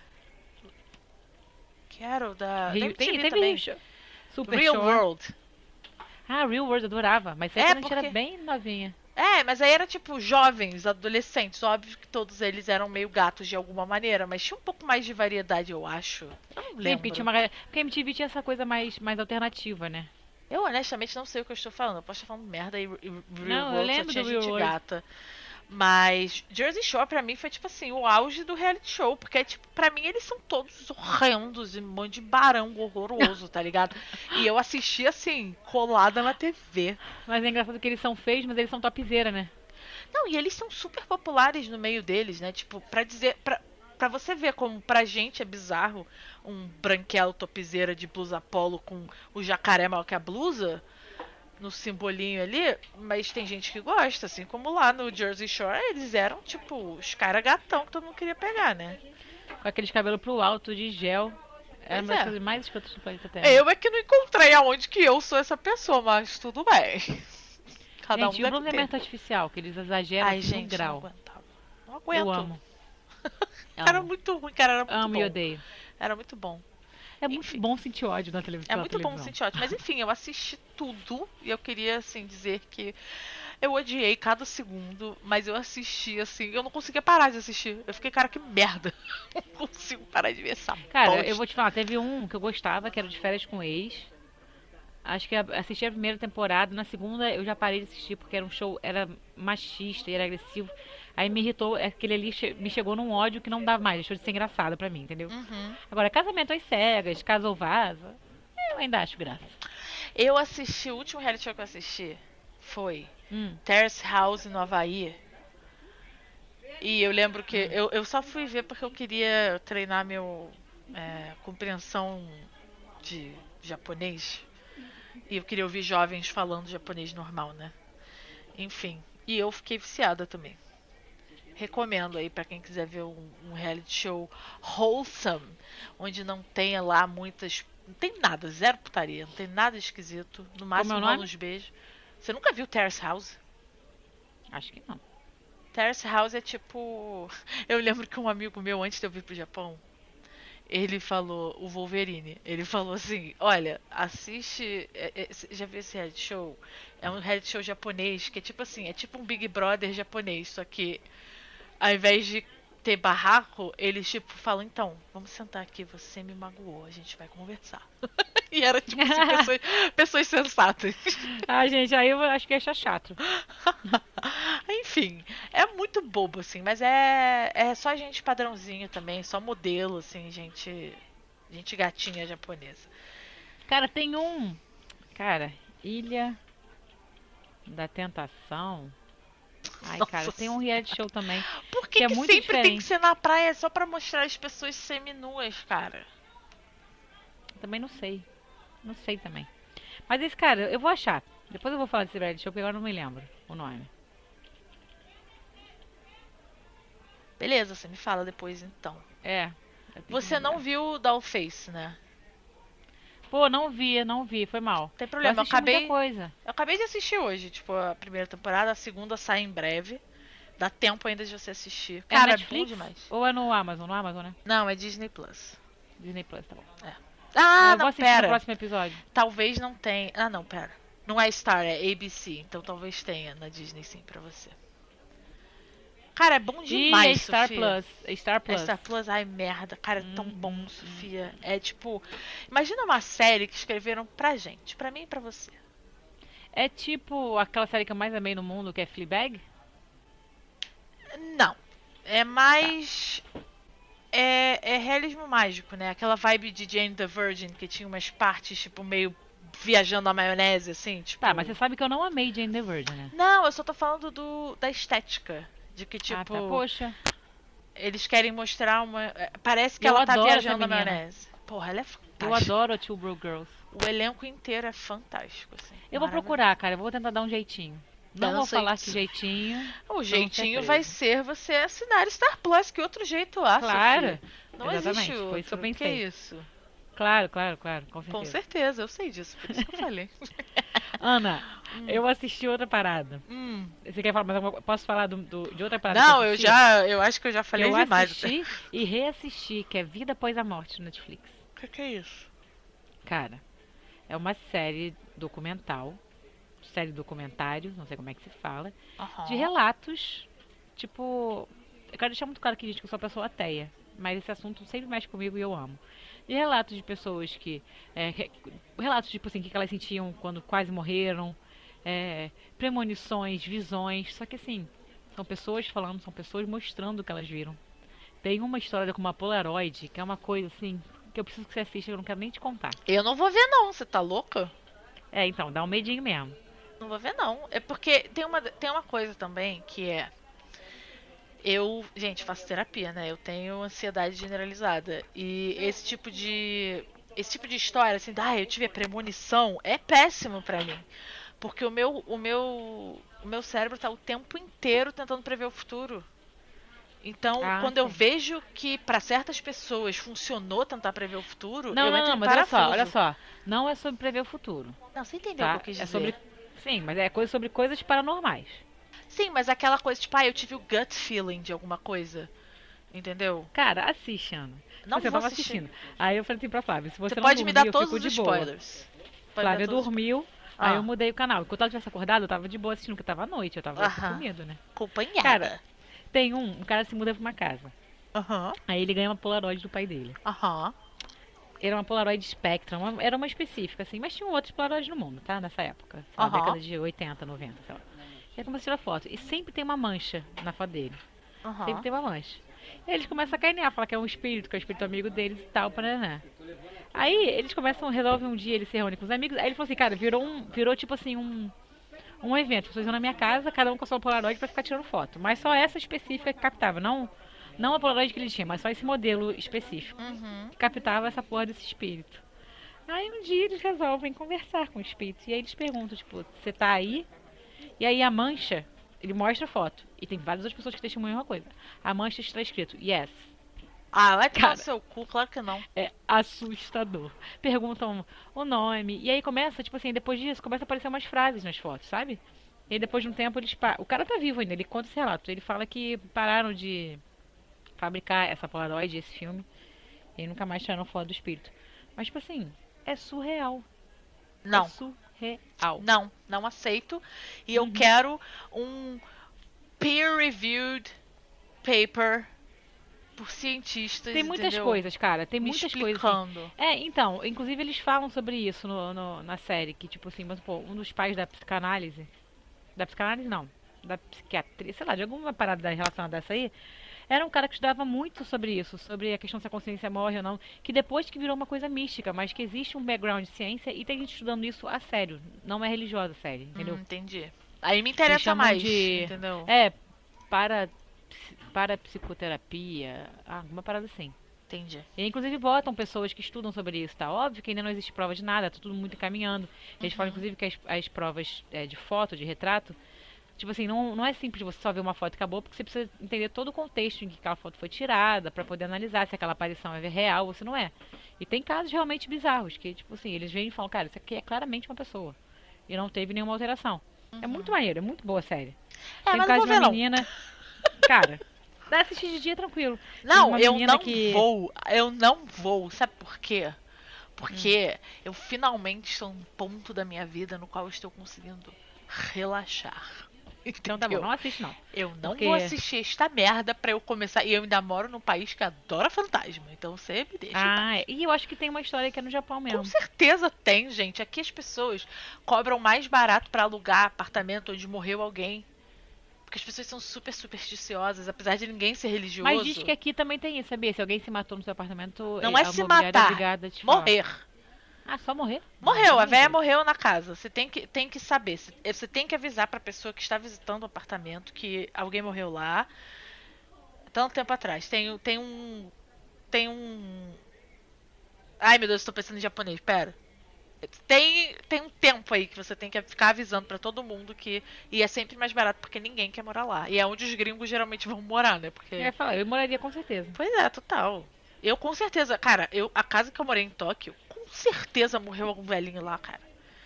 Que era o da Rio, MTV teve também. Super Real Shore. World. Ah, Real World, eu adorava. Mas É, essa a gente porque- era bem novinha. É, mas aí era tipo jovens, adolescentes. Óbvio que todos eles eram meio gatos de alguma maneira, mas tinha um pouco mais de variedade, eu acho. Eu não Sim, lembro. porque, porque a MTV tinha essa coisa mais alternativa, né? Eu honestamente não sei o que eu estou falando. Eu posso estar falando merda e Real Não, eu World só lembro tinha do Real gente World. gata. Mas Jersey Shore pra mim foi tipo assim, o auge do reality show. Porque, tipo, pra mim eles são todos horrendos e um monte de barão horroroso, tá ligado? E eu assisti assim, colada na TV. Mas é engraçado que eles são feios, mas eles são topzera, né? Não, e eles são super populares no meio deles, né? Tipo, pra dizer. Pra você ver como pra gente é bizarro um branquelo topzeira de blusa polo com o jacaré maior que a blusa no simbolinho ali, mas tem gente que gosta, assim como lá no Jersey Shore, eles eram tipo os caras gatão que todo mundo queria pegar, né? Com aqueles cabelos pro alto de gel. Era Pois uma das é. coisas mais escrotas do planeta Terra. Eu é que não encontrei aonde que eu sou essa pessoa, mas tudo bem. Cada Gente, e um o deve ter. bronzeamento artificial, que eles exageram Ai, assim, gente, no grau. não aguentava. Não aguento. Eu amo. Era Amo. muito ruim, cara, era muito Amo bom. e odeio. Era muito bom. É muito Enfim. bom sentir ódio na televisão. É muito bom sentir ódio. Mas enfim, eu assisti tudo e eu queria, assim, dizer que eu odiei cada segundo, mas eu assisti, assim, eu não conseguia parar de assistir. Eu fiquei, cara, que merda. Não consigo parar de ver essa Cara, bosta. eu vou te falar, teve um que eu gostava, que era de férias com ex. Acho que assisti a primeira temporada, na segunda eu já parei de assistir porque era um show, era machista e era agressivo. Aí me irritou, aquele ali me chegou num ódio que não dava mais, deixou de ser engraçado pra mim, entendeu? Uhum. Agora, Casamento às Cegas, Casa ou Vaza, eu ainda acho graça. Eu assisti, o último reality show que eu assisti foi Hum, Terrace House no Havaí. E eu lembro que eu só fui ver porque eu queria treinar meu compreensão de japonês. E eu queria ouvir jovens falando japonês normal, né? Enfim. E eu fiquei viciada também. Recomendo aí pra quem quiser ver um reality show wholesome, onde não tenha lá muitas. Não tem nada, zero putaria, não tem nada esquisito. No como é o máximo rola nome? uns beijos. Você nunca viu Terrace House? Acho que não. Terrace House é tipo. Eu lembro que um amigo meu, antes de eu vir pro Japão, ele falou, o Wolverine, ele falou assim: Olha, assiste. Já viu esse reality show? É um reality show japonês que é tipo assim: é tipo um Big Brother japonês, só que ao invés de ter barraco, eles tipo falam: Então, vamos sentar aqui, você me magoou, a gente vai conversar. E era tipo assim: pessoas sensatas. Ah, gente, aí eu acho que acha chato. Enfim, é muito bobo, assim, mas é só gente padrãozinho também, só modelo, assim, gente gatinha japonesa. Cara, tem um. Cara, Ilha da Tentação. Ai, cara, tem Nossa, um reality show também por que que é que muito sempre tem que diferente. ser na praia só pra mostrar as pessoas seminuas, cara? Também não sei. Não sei também. Mas esse cara, eu vou achar. Depois eu vou falar desse reality show, porque agora eu não me lembro o nome. Beleza, você me fala depois então. É, eu tenho que Você não lembrar. viu o Dollface, né? Pô, não vi, foi mal. Não tem Eu problema, assisti muita coisa. eu acabei de assistir hoje, tipo, a primeira temporada, a segunda sai em breve. Dá tempo ainda de você assistir. É Cara, é bom Netflix demais. ou é no Amazon? No Amazon, né? Não, é Disney Plus. Disney Plus, tá bom. É. Ah, Ah, eu vou não, assistir no pera. próximo episódio. Talvez não tenha. Ah, não, pera. Não é Star, é ABC. Então talvez tenha na Disney sim pra você. Cara, é bom E é demais, Star Sofia. Plus. É Star É Plus. Star Plus, ai merda, cara, é tão bom, Hum. Sofia. É tipo. Imagina uma série que escreveram pra gente, pra mim e pra você. É tipo aquela série que eu mais amei no mundo, que é Fleabag? Não. É Tá. mais. É realismo mágico, né? Aquela vibe de Jane the Virgin que tinha umas partes, tipo, meio viajando na maionese, assim, Tá, mas você tipo. sabe que eu não amei Jane the Virgin, né? Não, eu só tô falando da estética. De que, Ah, tá. tipo, Poxa, eles querem mostrar uma. Parece que eu ela tá adoro essa viajando na menina. maionese. Porra, ela é Eu fantástica. adoro a Two Broke Girls. O elenco inteiro é fantástico, assim. Eu vou Maravilhoso. procurar, cara. Eu vou tentar dar um jeitinho. Não vou Dança falar que isso. jeitinho, O pra não ser jeitinho vai preso. ser você assinar Star Plus. Que outro jeito há, Claro, Sofia? Não existe exatamente. Foi isso que eu outro. Que é pensei. isso? Claro, claro, claro, com Com certeza. certeza, eu sei disso. Por isso que eu falei. Ana, Hum. eu assisti outra parada. Hum. Você quer falar mais alguma coisa? Posso falar de outra parada que eu Não, assisti? eu acho que eu já Que falei eu demais até. assisti e reassisti, que é Vida Após a Morte no Netflix. O que é isso? Cara, é uma série documental, série documentário, não sei como é que se fala, de Aham. relatos, tipo, eu quero deixar muito claro que, gente, que eu sou uma pessoa ateia, mas esse assunto sempre mexe comigo e eu amo. De relatos de pessoas que, relatos tipo assim, o que elas sentiam quando quase morreram, premonições, visões, só que assim, são pessoas falando, são pessoas mostrando o que elas viram. Tem uma história com uma Polaroid, que é uma coisa assim, que eu preciso que você assista, eu não quero nem te contar. Eu não vou ver, não. Você tá louca? É, então, dá um medinho mesmo. Não vou ver, não. É porque tem uma coisa também que é. Eu, gente, faço terapia, né? Eu tenho ansiedade generalizada. E esse tipo de história, assim, eu tive a premonição, é péssimo pra mim. Porque o meu cérebro tá o tempo inteiro tentando prever o futuro. Então, Ah, quando eu sim. vejo que pra certas pessoas funcionou tentar prever o futuro, Não, eu não, entro não, em mas olha só, olha parafuso. só. Não é sobre prever o futuro, Não, você entendeu o que eu tá? quis É dizer. sobre. Sim, mas é coisa sobre coisas paranormais. Sim, mas aquela coisa, tipo, eu tive o gut feeling de alguma coisa. Entendeu? Cara, assiste, Ana. Tipo Não assim, eu vou tava assistir. assistindo. Aí eu falei assim pra Flávia, se Você você não pode me dormir, dar eu todos fico os de boa. spoilers. Pode me dar Flávia todos os spoilers. dormiu, aí eu Ah, mudei o canal. Enquanto ela tivesse acordado, eu tava de boa assistindo, porque tava à noite, eu tava com aham. medo, né? Cara, Acompanhada. tem um cara se muda pra uma casa. Aham. Aí ele ganha uma Polaroid do pai dele. Aham. Era uma Polaroid Spectrum, era uma específica, assim, mas tinham outros Polaroids no mundo, tá? Nessa época, sei lá, Aham, década de 80, 90, sei lá. E aí começa a tirar foto. E sempre tem uma mancha na foto dele. Sempre aham. tem uma mancha. E aí eles começam a canear, falar que é um espírito, que é o espírito amigo deles e tal, né? Aí eles começam, resolvem um dia, eles se reúnem com os amigos. Aí ele falou assim, cara, virou tipo assim, um evento. As pessoas iam na minha casa, cada um com a sua Polaroid pra ficar tirando foto. Mas só essa específica que captava, não a Polaroid que ele tinha, mas só esse modelo específico. Uhum. Que captava essa porra desse espírito. Aí um dia eles resolvem conversar com o espírito. E aí eles perguntam, tipo, você tá aí? E aí a mancha, ele mostra a foto. E tem várias outras pessoas que testemunham uma coisa. A mancha está escrito, yes. Ah, vai tomar no Cara, seu cu, claro que não. é assustador. Perguntam o nome. E aí começa, tipo assim, depois disso, começa a aparecer umas frases nas fotos, sabe? E aí depois de um tempo eles param. O cara tá vivo ainda, ele conta esse relato. Ele fala que pararam de fabricar essa Polaroid, esse filme. E nunca mais tiraram foto do espírito. Mas, tipo assim, é surreal. É Não, surreal. não aceito. E eu Uhum. quero um peer-reviewed paper por cientistas, Tem muitas entendeu? coisas, cara. Tem Me muitas coisas, assim. explicando. É, então, inclusive eles falam sobre isso na série. Que, tipo assim, mas, pô, um dos pais da psicanálise. Da psicanálise, não. Da psiquiatria, sei lá, de alguma parada relacionada a essa aí. Era um cara que estudava muito sobre isso, sobre a questão se a consciência morre ou não, que depois que virou uma coisa mística, mas que existe um background de ciência e tem gente estudando isso a sério, não é religiosa a série, entendeu? Entendi. Aí me Eles interessa chamam mais, de entendeu? para parapsicoterapia, alguma parada assim. Entendi. E inclusive botam pessoas que estudam sobre isso, tá? Óbvio que ainda não existe prova de nada, tá tudo muito encaminhando. Eles falam Uhum. inclusive que as provas de foto, de retrato, tipo assim, não é simples você só ver uma foto e acabou, porque você precisa entender todo o contexto em que aquela foto foi tirada, pra poder analisar se aquela aparição é real ou se não é. E tem casos realmente bizarros, que, tipo assim, eles vêm e falam, cara, isso aqui é claramente uma pessoa. E não teve nenhuma alteração. É muito Uhum. maneiro, é muito boa a série. É, Tem um mas não caso vou de uma ver não. menina, cara, dá assistir de dia tranquilo. Tem Não, uma menina que. eu não vou. Sabe por quê? Hum, Porque eu finalmente estou num ponto da minha vida no qual eu estou conseguindo relaxar. então tá bom, Entendeu? não assiste não. Eu não vou Porque. assistir esta merda pra eu começar. E eu ainda moro num país que adora fantasma. Então você me deixa em Ah, paz. e eu acho que tem uma história que é no Japão Com mesmo. certeza tem, gente. Aqui as pessoas cobram mais barato pra alugar apartamento onde morreu alguém. Porque as pessoas são super supersticiosas, apesar de ninguém ser Mas diz religioso. que aqui também tem isso, sabia? Se alguém se matou no seu apartamento, Não é a se imobiliária é matar, obrigada a te falar. morrer. Ah, só morrer? Ah, Morreu, então a ninguém véia sabe. morreu na casa. Você tem que saber. Você tem que avisar pra pessoa que está visitando o apartamento que alguém morreu lá. Tanto tempo atrás. Tem um. Tem um. Ai meu Deus, estou pensando em japonês, pera. Tem um tempo aí que você tem que ficar avisando pra todo mundo que. E é sempre mais barato porque ninguém quer morar lá. E é onde os gringos geralmente vão morar, né? Eu Porque. ia falar, eu moraria com certeza. Pois é, total. Eu com certeza, cara, a casa que eu morei em Tóquio, com certeza morreu algum velhinho lá, cara.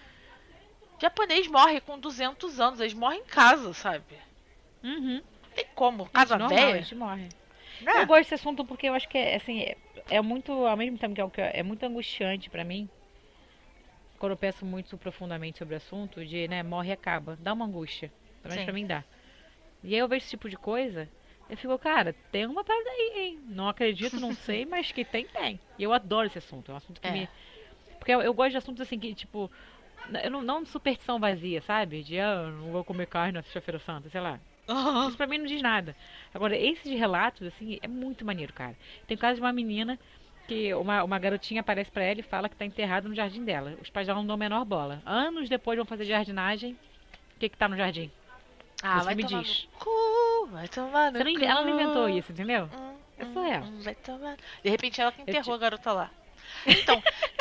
Japonês morre com 200 anos, eles morrem em casa, sabe? Uhum. Tem como, Gente, casa normal, a velha, gente morre. Eu né? gosto desse assunto porque eu acho que assim, é muito, ao mesmo tempo que é muito angustiante pra mim, quando eu penso muito profundamente sobre o assunto, de, né, morre e acaba. Dá uma angústia. Pelo menos pra Sim. mim dá. E aí eu vejo esse tipo de coisa, eu fico, cara, tem uma parada aí, hein? Não acredito, não sei, mas que tem. E eu adoro esse assunto. É um assunto que É. me. Porque eu gosto de assuntos assim que, tipo. Eu não de superstição vazia, sabe? De, não vou comer carne na sexta-feira santa, sei lá. Isso pra mim não diz nada. Agora, esse de relatos, assim, é muito maneiro, cara. Tem o caso de uma menina que uma garotinha aparece pra ela e fala que tá enterrada no jardim dela. Os pais dela não dão a menor bola. Anos depois vão fazer jardinagem. O que que tá no jardim? Ah, Você vai me tomar no diz. cu, vai tomar no cu. Ela não inventou isso, entendeu? É surreal. Vai tomar. De repente ela que Eu enterrou a garota lá. Então,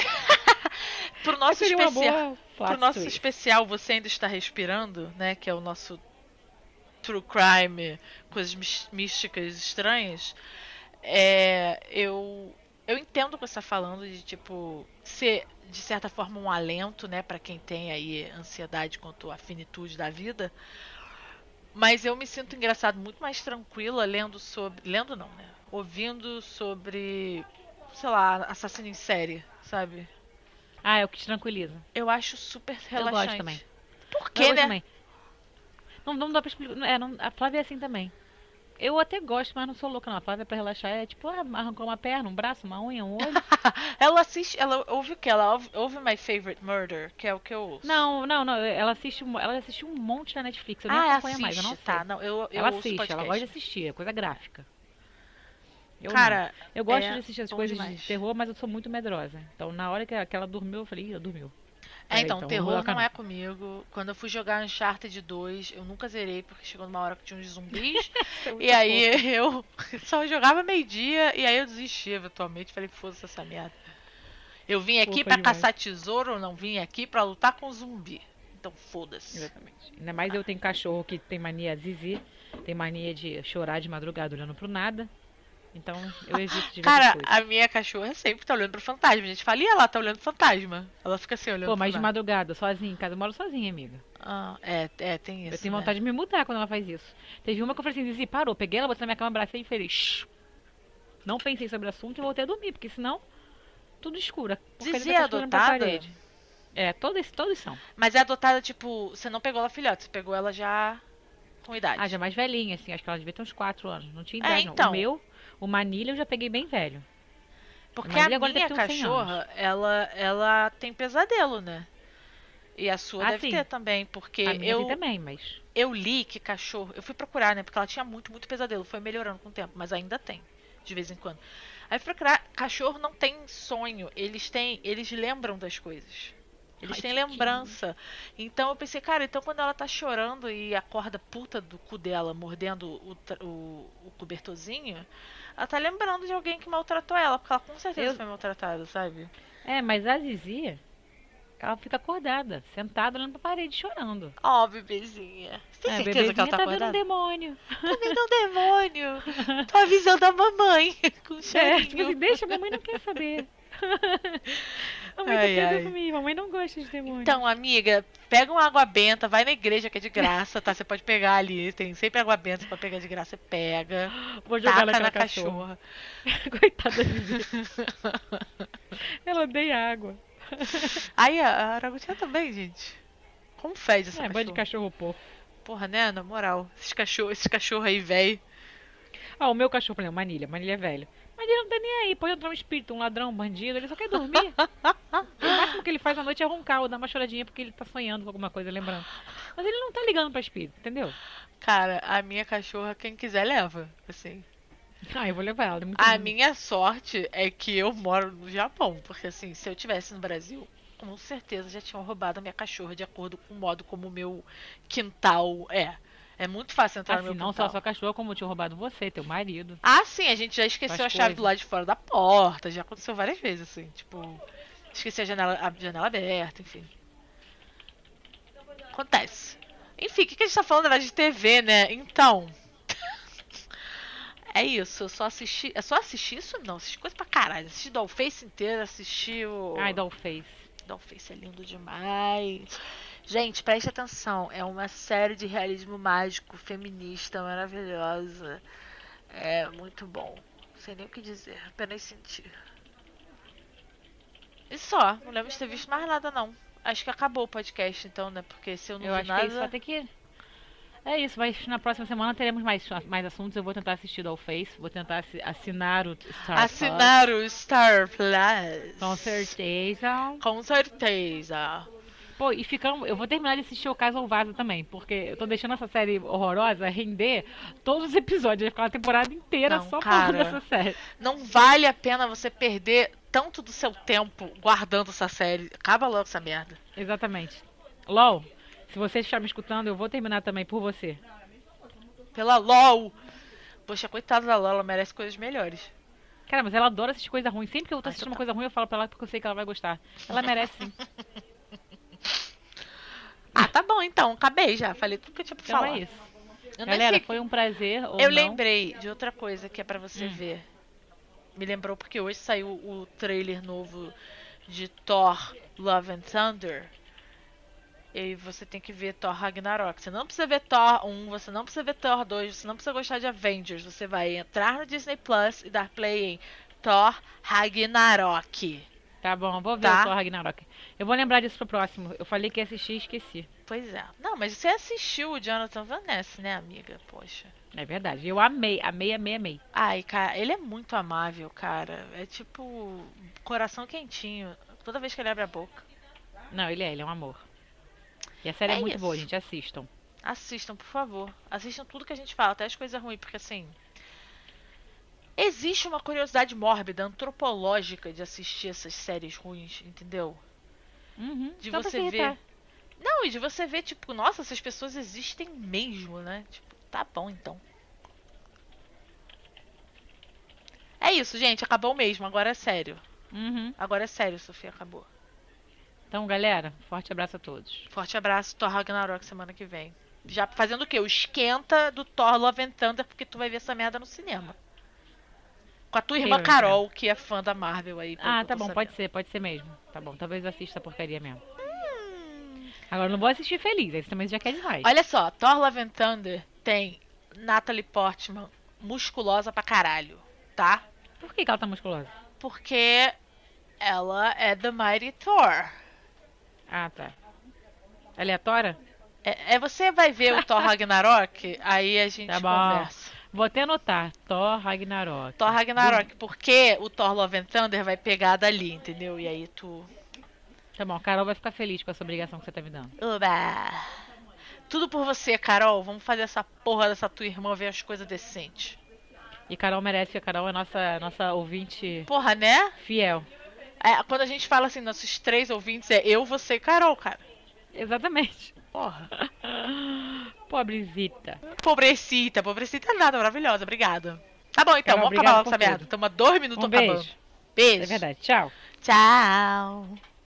pro Eu nosso seria uma especial, boa pro plot nosso twist. especial Você Ainda Está Respirando, né, que é o nosso true crime, coisas místicas estranhas, eu entendo o que você está falando de tipo ser de certa forma um alento, né, para quem tem aí ansiedade quanto à finitude da vida. Mas eu me sinto engraçado muito mais tranquila lendo sobre, lendo não, né, ouvindo sobre, sei lá, assassino em série, sabe? Ah, é o que te tranquiliza. Eu acho super Eu gosto também. relaxante. Por Eu quê, gosto né? também. Não dá pra explicar. A Flávia é assim também. Eu até gosto, mas não sou louca não. A Flávia pra relaxar é tipo, arrancou uma perna, um braço, uma unha, um olho. Ela assiste, ela ouve o quê? Ela ouve My Favorite Murder, que é o que eu ouço. Não, não, não. Ela assiste um monte na Netflix. Eu nem Ah, acompanho mais, eu não assiste, tá. sei. Não, eu Ela ouço assiste, ela gosta de podcast. assistir, é coisa gráfica. Eu não. Cara, Eu gosto de é assistir as bom coisas de demais. terror, mas eu sou muito medrosa. Então, na hora que ela dormiu, eu falei, ih, ela dormiu. É, Peraí, então, então, não vou terror colocar não não. é comigo. Quando eu fui jogar Uncharted 2, eu nunca zerei porque chegou numa hora que tinha uns zumbis. Você é E muito fofa. aí eu só jogava meio-dia e aí eu desisti eventualmente. Falei, foda-se essa merda. Eu vim aqui Fofa pra demais. caçar tesouro, eu não vim aqui pra lutar com zumbi. Então foda-se. Exatamente. Ainda mais eu tenho cachorro que tem mania zizi, tem mania de chorar de madrugada olhando pro nada. Então eu evito diversas Cara, coisas. a minha cachorra sempre tá olhando pro fantasma. A gente fala, e ela tá olhando pro fantasma. Ela fica assim olhando Pô, pro mas de nada. madrugada, sozinha em casa, eu moro sozinha, amiga. Ah, tem Eu isso, tenho né? vontade de me mudar quando ela faz isso. Teve uma que eu falei assim, Zizi, parou, peguei ela, botei na minha cama, abracei e falei, shh. Não pensei sobre o assunto e voltei a dormir, porque senão tudo escuro. A porcaria Zizi da é cachorra olhando pra adotada? parede. É, todos são. Mas é adotada, tipo, você não pegou ela filhote, você pegou ela já com Ah, já idade. mais velhinha, assim, acho que ela devia ter uns 4 anos. Não tinha É, idade, não. O então. meu, o Manilha, eu já peguei bem velho. O Porque a Manilha agora deve minha ter uns 100 anos. cachorra, ela tem pesadelo, né? E a sua Ah, deve ter sim. também, A porque minha tem eu também, mas... eu li que cachorro, eu fui procurar, né? Porque ela tinha muito pesadelo, foi melhorando com o tempo, mas ainda tem, de vez em quando. Aí eu fui procurar, cachorro não tem sonho, eles lembram das coisas. Eles Ai, têm tiquinho. lembrança. Então eu pensei, cara, então quando ela tá chorando e acorda puta do cu dela, mordendo o cobertorzinho, ela tá lembrando de alguém que maltratou ela, porque ela com certeza Eu... foi maltratada, sabe? É, mas a Zizi, ela fica acordada, sentada olhando pra parede, chorando. Ó, bebezinha. Você tem É, certeza que ela bebezinha tá tá vendo um acordada? demônio. Tá vendo um demônio. Tô avisando a mamãe com É, tipo chorinho. assim, deixa, a mamãe não quer saber. A mamãe só Ai, quer ai. dormir, mamãe não gosta de demônios. Então, amiga, pega uma água benta, vai na igreja que é de graça, tá? Você pode pegar ali, tem sempre água benta pra pegar de graça, você pega, Vou jogar taca naquela na cachorra. cachorra. Coitada da Zizi. Ela odeia água. Aí a Aragutinha também, gente. Como fede essa É, bando de cachorra? cachorro porco. Porra, né? Na moral, esses cachorros aí, velho. Ah, o meu cachorro, por exemplo, Manilha. Manilha é velho. Mas ele não tá nem aí. Pode entrar um espírito, um ladrão, um bandido. Ele só quer dormir. O máximo que ele faz à noite é roncar ou dar uma choradinha porque ele tá sonhando com alguma coisa, lembrando. Mas ele não tá ligando pra espírito, entendeu? Cara, a minha cachorra, quem quiser leva, assim. Ah, eu vou levar ela, é muito A linda. minha sorte é que eu moro no Japão, porque assim, se eu tivesse no Brasil, com certeza já tinham roubado a minha cachorra de acordo com o modo como o meu quintal é. É muito fácil entrar no Assim, meu não só quintal. sua cachorra, como tinha roubado você, teu marido, Ah, sim, a gente já esqueceu suas a chave do coisas. lado de fora da porta, já aconteceu várias vezes, assim, tipo, esqueci a janela aberta, enfim. Acontece. Enfim, o que a gente tá falando era de TV, né? Então, é isso, eu só assisti. É só assistir isso? Não, assisti coisa pra caralho. Assisti Dollface inteiro, assisti Ai, o. Dollface. Dollface é lindo demais. Gente, preste atenção. É uma série de realismo mágico, feminista, maravilhosa. É muito bom. Não sei nem o que dizer, apenas sentir. E só, não lembro de ter visto mais nada, não. Acho que acabou o podcast, então, né? Porque se eu não Eu vi acho que é isso, só nada. tem que... É isso, mas na próxima semana teremos mais assuntos. Eu vou tentar assistir Dollface, vou tentar assinar o Star Assinar Plus. o Star Com Plus. certeza. Com certeza. Pô, e ficamos. Eu vou terminar de assistir o Caso ao Vaso também, porque eu tô deixando essa série horrorosa render todos os episódios. Vai ficar uma temporada inteira Não, só falando cara. dessa série. Não vale a pena você perder tanto do seu tempo guardando essa série. Acaba logo essa merda. Exatamente. LOL, se você estiver me escutando, eu vou terminar também por você. Pela LOL. Poxa, coitada da LOL, ela merece coisas melhores. Cara, mas ela adora assistir coisa ruim. Sempre que eu tô Ah, assistindo então uma tá. coisa ruim, eu falo pra ela porque eu sei que ela vai gostar. Ela merece sim. Ah, tá bom então. Acabei já. Falei tudo que eu tinha pra Então é falar. isso. Eu nem Galera, sei. foi um prazer ou Eu não. lembrei de outra coisa que é pra você Hum. ver. Me lembrou porque hoje saiu o trailer novo de Thor Love and Thunder. E aí você tem que ver Thor Ragnarok. Você não precisa ver Thor 1, você não precisa ver Thor 2, você não precisa gostar de Avengers. Você vai entrar no Disney Plus e dar play em Thor Ragnarok. Tá bom, vou ver o Tá? Thor Ragnarok. Eu vou lembrar disso pro próximo. Eu falei que ia assistir e esqueci. Pois é. Não, mas você assistiu o Jonathan Van Ness, né, amiga? Poxa. É verdade. Eu amei, amei, amei, amei. Ai, cara, ele é muito amável, cara. É tipo coração quentinho toda vez que ele abre a boca. Não, ele é um amor. E a série é É muito boa, isso. gente. Assistam. Assistam, por favor. Assistam tudo que a gente fala, até as coisas ruins, porque assim, existe uma curiosidade mórbida, antropológica de assistir essas séries ruins, entendeu? Uhum, De só pra se você ver. irritar. Não, e de você ver, tipo, nossa, essas pessoas existem mesmo, né? Tipo, tá bom então. É isso, gente, acabou mesmo, agora é sério. Uhum. Agora é sério, Sofia, acabou. Então, galera, forte abraço a todos. Forte abraço, Thor Ragnarok semana que vem. Já fazendo o quê? O esquenta do Thor Love and Thunder, porque tu vai ver essa merda no cinema. Com a tua irmã Eu, então. Carol, que é fã da Marvel aí, pelo que Ah, eu tá tô bom, sabendo. pode ser mesmo. Tá bom, talvez eu assista a porcaria mesmo. Hum. Agora eu não vou assistir feliz, aí você também já quer demais. Olha só, Thor Love and Thunder tem Natalie Portman musculosa pra caralho, tá? Por que ela tá musculosa? Porque ela é The Mighty Thor. Ah, tá. Aleatória? Você vai ver o Thor Ragnarok, aí a Tá gente bom. conversa. Vou até anotar. Thor Ragnarok. Thor Ragnarok, porque o Thor Love and Thunder vai pegar dali, entendeu? E aí tu. Tá bom, a Carol vai ficar feliz com essa obrigação que você tá me dando. Oba! Tudo por você, Carol. Vamos fazer essa porra dessa tua irmã ver as coisas decentes. E Carol merece, que a Carol é nossa ouvinte Porra, né? fiel. Quando a gente fala assim, nossos 3 ouvintes é eu, você e Carol, cara. Exatamente. Porra. Pobrezita. Pobrecita nada, maravilhosa, obrigada. Tá bom então, Carol, vamos acabar obrigada logo por essa merda. tudo. Tamo há 2 minutos Um acabando. beijo. É Beijo. verdade. Tchau. Tchau.